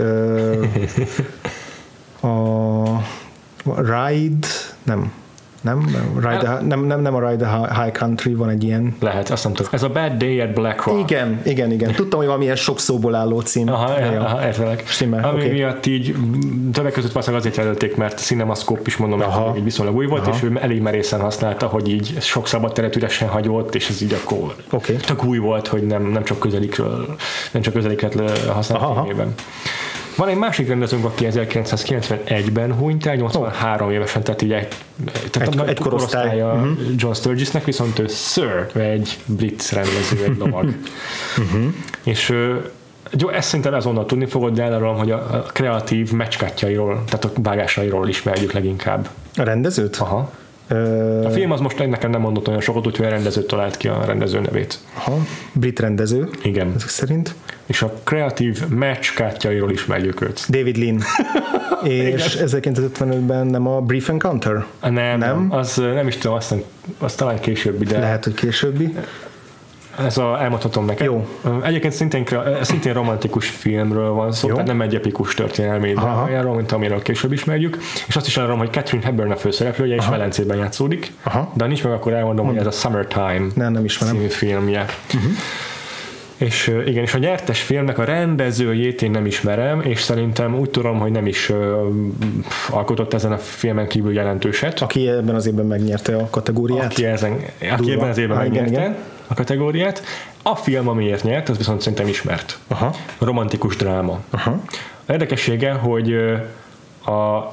Uh, a Ride, nem. Nem? Ride, nem, nem, nem a Ride the High Country, van egy ilyen. Lehet, azt nem tudom. Ez a Bad Day at Black Rock. Igen, igen, igen. Tudtam, hogy valamilyen sok szóból álló cím. Aha, aha értelek. Stimmel, ami okay. miatt így többek között valószínűleg azért jelölték, mert a CinemaScope is mondom, hogy így viszonylag új volt, aha. és ő elég merészen használta, hogy így sok szabad teret üresen hagyott, és ez így akkor okay. tök új volt, hogy nem, nem csak közelikről, nem csak közeliket használt filmében. Van egy másik rendezőnk, aki ezerkilencszázkilencvenegyben hunyt el, nyolcvanhárom oh. évesen, tehát így egy, tehát egy, egy korosztálya uh-huh. John Sturgesnek, viszont ő Sir, egy brit rendező, egy lovag. uh-huh. És jó, ezt szerintem azonnal tudni fogod, de elárulom, hogy a kreatív meccskátyjairól, tehát a vágásairól ismerjük leginkább. A rendezőt? Aha. A film az most nekem nem mondott olyan sokat, úgyhogy a rendezőt talált ki a rendező nevét. Aha, brit rendező. Igen. Ezek szerint. És a kreatív match kártyairól ismerjük őt. David Lean. És ezerkilencszázötvenötben nem a Brief Encounter? Nem, nem. Az nem is tudom, aztán, az talán későbbi, de... Lehet, hogy későbbi. Ez a, elmondhatom neked. Jó. Egyébként szintén, szintén romantikus filmről van szó, jó. Tehát nem egy epikus történelmi drámájáról, mint amiről később ismerjük. És azt is elmondom, hogy Catherine Hepburn a főszereplője, és Velencében játszódik. Aha. De nincs meg, akkor elmondom, Mond. hogy ez a Summertime nem, nem című filmje. Uh-huh. És igen, és a nyertes filmnek a rendezőjét én nem ismerem, és szerintem úgy tudom, hogy nem is uh, alkotott ezen a filmen kívül jelentőset. Aki ebben az évben megnyerte a kategóriát. Aki, ezen, aki ebben az évben ha, megnyerte igen, igen. a kategóriát. A film, amiért nyert, az viszont szerintem ismert. Aha. Romantikus dráma. Aha. A érdekessége, hogy a,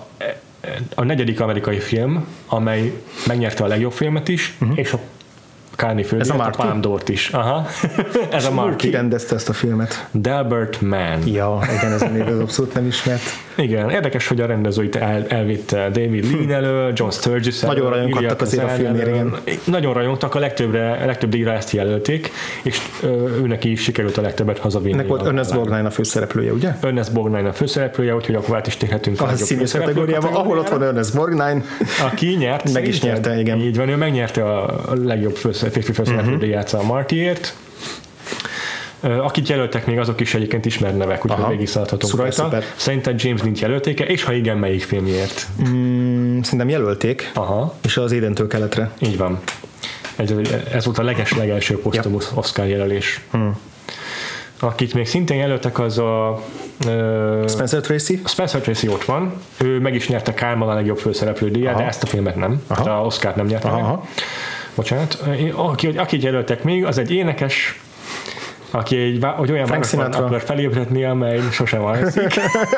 a negyedik amerikai film, amely megnyerte a legjobb filmet is, uh-huh. és a Kárni főzet, a, a Palme d'Ort is. Aha. Ez a Marty. Ki rendezte ezt a filmet? Delbert Mann. Ja, igen, ez a név az abszolút nem ismert. Igen, érdekes, hogy a rendezőit el, elvitte David Lean elő, John Sturges elő. Nagyon rajonghattak azért a filmért, igen. Nagyon rajongtak, a legtöbbre, a legtöbb díjra ezt jelölték, és ő neki is sikerült a legtöbbet hazavinni. Ennek volt Ernest Borgnine a főszereplője, ugye? Ernest Borgnine a főszereplője, úgyhogy akkor át is térhetünk a színész kategóriába, ahol ott van Ernest Borgnine. Aki nyert. Meg is nyerte, igen. Így van, ő megnyerte a legjobb férfi főszereplő díját a Martyért. Akit jelöltek még, azok is egyébként ismert nevek, úgyhogy végig szaladhatunk rajta. Szuper. Szerinted James Lynch jelölték-e, és ha igen, melyik filmjért? Mm, szerintem jelölték, aha. és az Édentől keletre. Így van. Ez, ez volt a leges-legelső posztumusz yep. Oscar jelölés. Hmm. akit még szintén jelöltek, az a uh, Spencer Tracy? Spencer Tracy ott van. Ő meg is nyerte Kálmán a legjobb főszereplő díját, de ezt a filmet nem. Tehát az Oscart nem nyerte meg. Bocsánat. Aki, akit jelöltek még, az egy énekes, aki egy, hogy olyan városban akar felébredni, amely sosem alszik.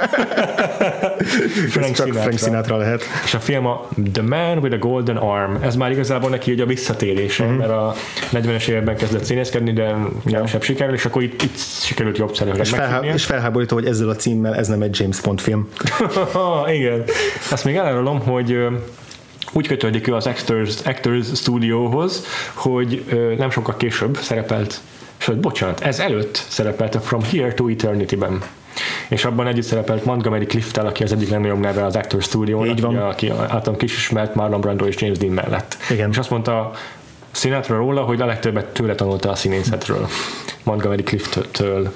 Frank, csak Frank Sinatra lehet. És a film a The Man with a Golden Arm. Ez már igazából neki ugye a visszatérése, mm-hmm. mert a negyvenes években kezdett színészkedni, de kevesebb sikerül, és akkor itt, itt sikerült jobb szerepet és, felhá- és felháborító, hogy ezzel a címmel ez nem egy James Bond film. Igen. Azt még elárulom, hogy úgy kötődik ő az Actors, Actors Studiohoz, hogy nem sokkal később szerepelt, sőt, bocsánat, ez előtt szerepelt a From Here to Eternity-ben. És abban együtt szerepelt Montgomery Clift-tel, aki az egyik legnagyobb neve az Actors Studio-nak, aki általán kis ismert Marlon Brando és James Dean mellett. Igen. És azt mondta Sinatra róla, hogy a legtöbbet tőle tanulta a színészetről, Montgomery Clift-től.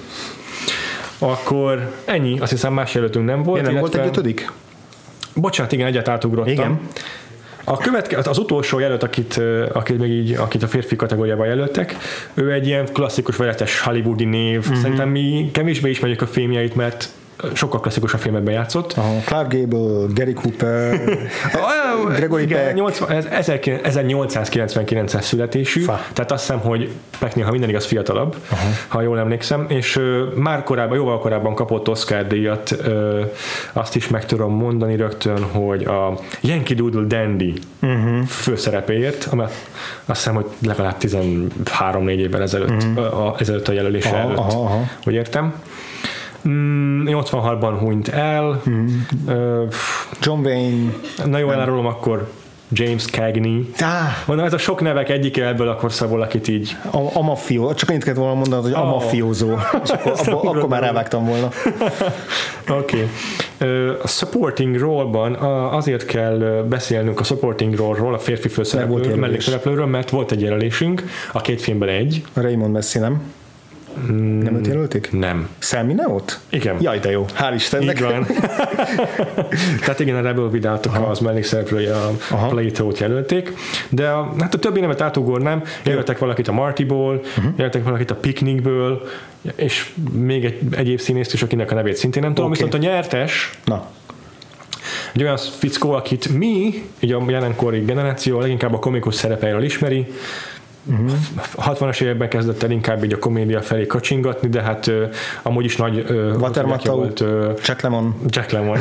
Akkor ennyi, azt hiszem más jelöltünk nem volt. Igen, nem volt egy ötödik? Bocsánat, igen, egyet átugrottam. Igen. A követke, az utolsó jelölt, akit, akit, még így, akit a férfi kategóriában jelöltek, ő egy ilyen klasszikus vezetes hollywoodi név. Mm-hmm. Szerintem mi kevésbé ismerjük a filmjeit, mert sokkal klasszikus a filmekben játszott. Aha, Clark Gable, Gary Cooper, Gregory Peck. ezernyolcszázkilencvenkilences születésű, Fa. tehát azt hiszem, hogy Pecknél, ha minden igaz, fiatalabb, aha. ha jól emlékszem, és uh, már korábban, jóval korábban kapott Oscar-díjat, uh, azt is meg tudom mondani rögtön, hogy a Yankee Doodle Dandy uh-huh. főszerepéért, ami azt hiszem, hogy legalább tizenhárom-négy évvel ezelőtt, uh-huh. a, ezelőtt a jelölése aha, előtt, aha, aha. hogy értem. Mm, nyolcvanhatban hunyt el. Mm. Uh, John Wayne. Na jó, elárulom akkor James Cagney. Ah. Mondom, ez a sok nevek egyik ebből akkor szabol, akit így... A, a mafió. Csak annyit kellett volna mondanod, hogy oh. a mafiózó. És akkor, abba, akkor már rávágtam volna. Oké. Okay. Uh, a supporting role-ban azért kell beszélnünk a supporting role-ról, a férfi főszereplőről, mellékszereplőről, mert volt egy jelölésünk, a két filmben egy. Raymond Messi, nem? Mm, nem őt jelölték? Nem. Sam Mineo-t? Igen. Jaj, de jó. Hál' Istennek. Így van. Tehát igen, a Rebel Without az mellékszereplője a Plato-t jelölték, de a, hát a többi nevet átugornám, jelöltek valakit a Martyból, uh-huh. jelöltek valakit a Picnicből, és még egy egyéb színészt is, akinek a nevét szintén nem tudom, okay. viszont a nyertes Na. egy olyan fickó, akit mi, így a jelenkori generáció leginkább a komikus szerepeiről ismeri. Uh-huh. hatvanas években kezdett el inkább így a komédia felé kacsingatni, de hát uh, amúgy is nagy uh, Watermatau, volt uh, Jack Lemmon Jack Lemmon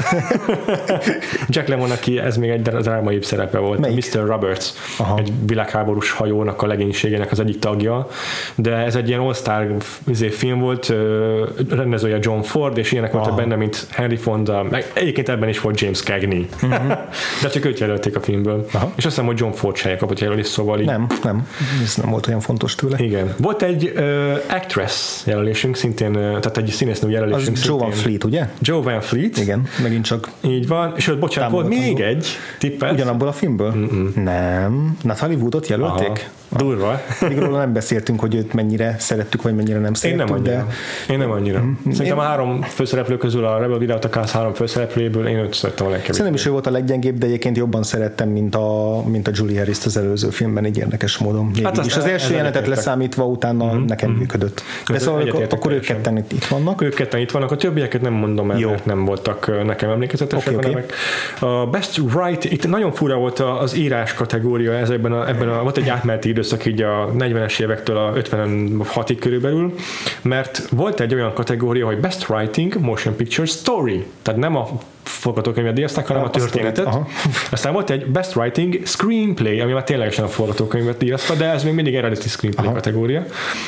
Jack Lemmon, aki ez még egy drámaibb szerepe volt. Melyik? miszter Roberts. Aha. Egy világháborús hajónak a legénységének az egyik tagja, de ez egy ilyen all-star film volt, uh, rendezője John Ford, és ilyenek voltak benne, mint Henry Fonda, meg egyébként ebben is volt James Cagney. Uh-huh. De csak őt jelölték a filmből. Aha. És azt hiszem, hogy John Ford se kapott jelölés, szóval így... Nem, nem. Ez nem volt olyan fontos tőle. Igen. Volt egy uh, actress jelölésünk szintén, uh, tehát egy színésznő jelölésünk az Joe Van Fleet, ugye? Joe Van Fleet. Igen, megint csak. Így van, és ott bocsánat, volt még egy tippet. Ugyanabból a filmből? Mm-mm. Nem. Natalie Woodot jelölték? Aha. Durva. Még róla nem beszéltünk, hogy őt mennyire szerettük, vagy mennyire nem szerettük. Én nem annyira. De... Én nem annyira. Mm. Szerintem én... a három főszereplő közül, a Rebel Without a Cause három főszereplőjéből én őt szerettem a legkevésbé. Szerintem is ő volt a leggyengébb, de egyébként jobban szerettem, mint a, mint a Julie Harris-t az előző filmben, egy érdekes módon. Hát az, és az első jelenetet leszámítva utána mm-hmm. nekem működött. De ez szóval akkor, akkor ők ketten itt vannak. Ők ketten itt vannak, a többieket nem mondom el, jó. Mert nem voltak nekem emlékezetesek. Okay, okay. A Best Write, itt nagyon fura volt az írás kategória, ez ebben a, ebben a, volt egy átmeneti időszak így a negyvenes évektől a ötvenhatig körülbelül, mert volt egy olyan kategória, hogy Best Writing Motion Picture Story, tehát nem a forgatókönyvet díjazták, hanem a, a történetet. Aztán volt egy Best Writing Screenplay, ami már ténylegesen a forgatókönyvet díjazta, de ez még mindig eredeti screenplay aha. kategória.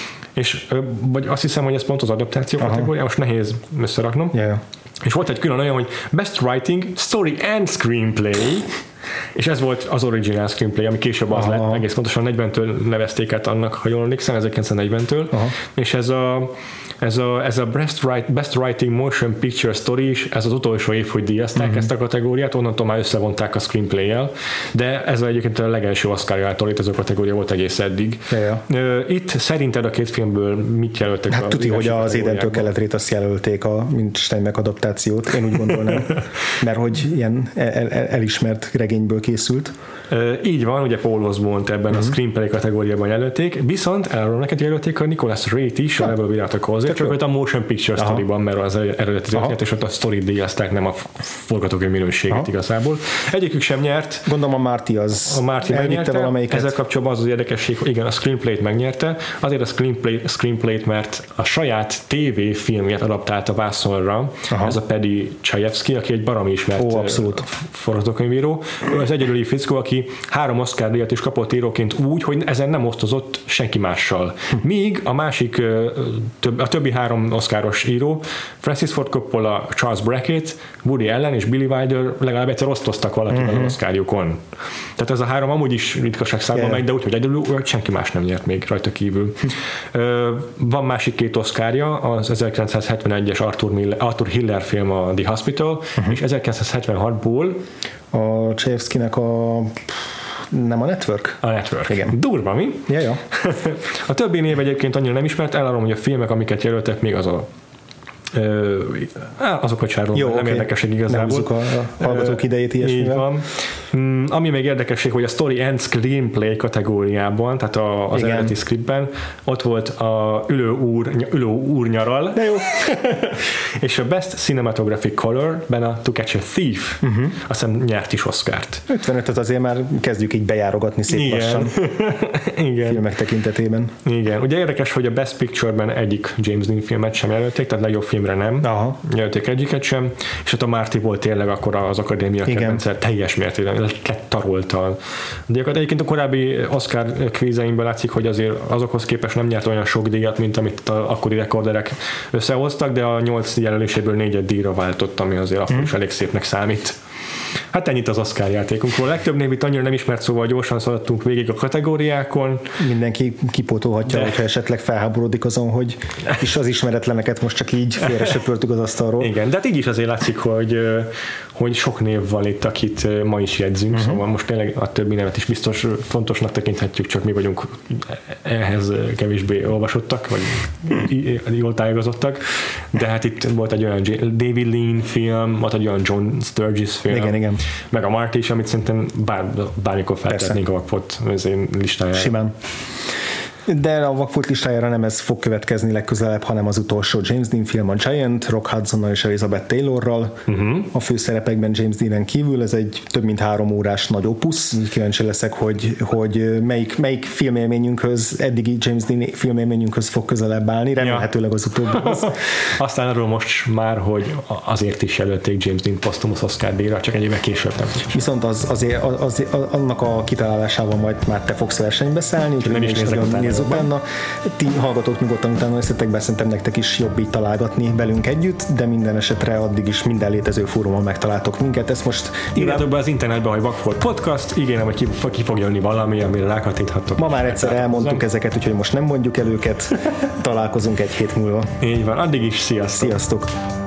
És vagy azt hiszem, hogy ez pont az adaptáció aha. kategória, most nehéz összeraknom. Yeah. És volt egy külön olyan, hogy Best Writing Story and Screenplay, és ez volt az original screenplay, ami később az aha. lett, egész pontosan negyventől nevezték át annak, ha jól emlékszem, ezerkilencszáznegyventől, aha. és ez a Ez a, ez a Best, Write, Best Writing Motion Picture Story is, ez az utolsó év, hogy díjazták mm-hmm. ezt a kategóriát, onnantól már összevonták a screenplay-jel, de ez egyébként a legelső Oscar-jától itt ez a kategória volt egész eddig. Ja. Itt szerinted a két filmből mit jelöltek? Hát tudni, hogy az Édentől Keletrét azt jelölték, a mint Steinbeck adaptációt, én úgy gondolnám, mert hogy ilyen el, el, elismert regényből készült. Így van, ugye Paul Osmond ebben mm-hmm. a screenplay kategóriában jelölték, viszont elről neked jelölték a Nicholas Ray-t is, a Rebel Without a Cause-ért. csak ott a motion picture Aha. storyban, mert az eredeti történet, és ott a story díjazták, nem a forgatókönyv minőséget Aha. igazából. Egyikük sem nyert. Gondolom a Marty az a Marty elvitte valamelyiket. Ezzel kapcsolatban az az érdekesség, hogy igen, a screenplay-t megnyerte, azért a screenplay, screenplay-t, mert a saját tévéfilmjét adaptálta vászonra, Aha. ez a Paddy Chayefsky, aki egy baromi ismert Ó, abszolút. forgatókönyvíró. Ő az egyedüli fickó, aki három Oscar díjat is kapott íróként úgy, hogy ezen nem osztozott senki mással. Míg a másik, a többi három Oscaros író, Francis Ford Coppola, Charles Brackett, Woody Allen és Billy Wilder legalább egyszer osztoztak valakivel uh-huh. az Oscarjukon. Tehát ez a három amúgy is ritkaság számban yeah. megy, de úgy, hogy egyedül senki más nem nyert még rajta kívül. Van másik két Oscarja, az ezerkilencszázhetvenegyes Arthur, Miller, Arthur Hiller film, a The Hospital, uh-huh. és ezerkilencszázhetvenhatból a Chayefskynek a nem a Network? A Network. Igen. Durva, mi? Ja, ja. A többi név egyébként annyira nem ismert, elárulom, hogy a filmek, amiket jelöltek, még az a Ö, azokat sárolom, nem okay. érdekesség igazából. Nem a hallgatók idejét ilyesmivel. Így van. Mm, ami még érdekesség, hogy a Story and Screenplay kategóriában, tehát a, az Igen. eredeti scriptben, ott volt a Ülő úr, Ülő úr nyaral, de jó. és a Best Cinematographic Color-ben a To Catch a Thief, uh-huh. azt hiszem nyert is Oscart. ötvenötöt azért már kezdjük így bejárogatni szép Igen. lassan. Igen. Filmek tekintetében. Igen. Ugye érdekes, hogy a Best Picture-ben egyik James Dean filmet sem jelölték, tehát legjobb filmre nem. Aha. Jelölték egyiket sem, és ott a Marty volt tényleg akkor az akadémia kedvence teljes mértékben letaroltal. De egyébként a korábbi Oscar kvízeimből látszik, hogy azért azokhoz képest nem nyert olyan sok díjat, mint amit a akkori rekorderek összehoztak, de a nyolc jelöléséből négyet díjra váltott, ami azért akkor hmm. is elég szépnek számít. Hát ennyit az Oscar játékunkról. Legtöbb név itt annyira nem ismert, szóval gyorsan szaladtunk végig a kategóriákon. Mindenki kipótolhatja, de... hogyha esetleg felháborodik azon, hogy is az ismeretleneket most csak így félre söpörtük az asztalról. Igen, de hát így is azért látszik, hogy, hogy sok név van itt, akit ma is jegyzünk, uh-huh. szóval most tényleg a többi nevet is biztos fontosnak tekinthetjük, csak mi vagyunk ehhez kevésbé olvasottak, vagy jól tájékozottak. De hát itt volt egy olyan David Lean film, volt egy olyan John Sturges film, igen, igen. meg a Marty is, amit szerintem bár, bármikor feltehetnénk a Vakfot az én listájára. Simán. De a Vakfolt listájára nem ez fog következni legközelebb, hanem az utolsó James Dean film, a Giant, Rock Hudsonnal és Elizabeth Taylorral. Uh-huh. A főszerepekben James Deanen kívül, ez egy több mint három órás nagy opusz. Kíváncsi leszek, hogy, hogy melyik, melyik filmélményünkhöz, eddigi James Dean filmélményünkhöz fog közelebb állni, remélhetőleg az utóbbihoz. Aztán arról most már, hogy azért is jelölték James Dean posztumusz Oscar díjra, csak egy éve később nem. Viszont az, azért, az, az, annak a kitalálásával majd már te fogsz versenybe szállni, úgyhogy nem is nézek utána. Utána. Ti hallgatók nyugodtan utána veszettek be, szerintem nektek is jobb így találgatni velünk együtt, de minden esetre addig is minden létező fórumon megtaláltok minket. Ezt most írjátok be az internetben, hogy Vakfolt Podcast, ígérem, hogy ki, ki fog jönni valami, amire rákattinthattok. Ma már egyszer elmondtuk ezeket, úgyhogy most nem mondjuk el őket. Találkozunk egy hét múlva. Így van, addig is sziasztok! Sziasztok!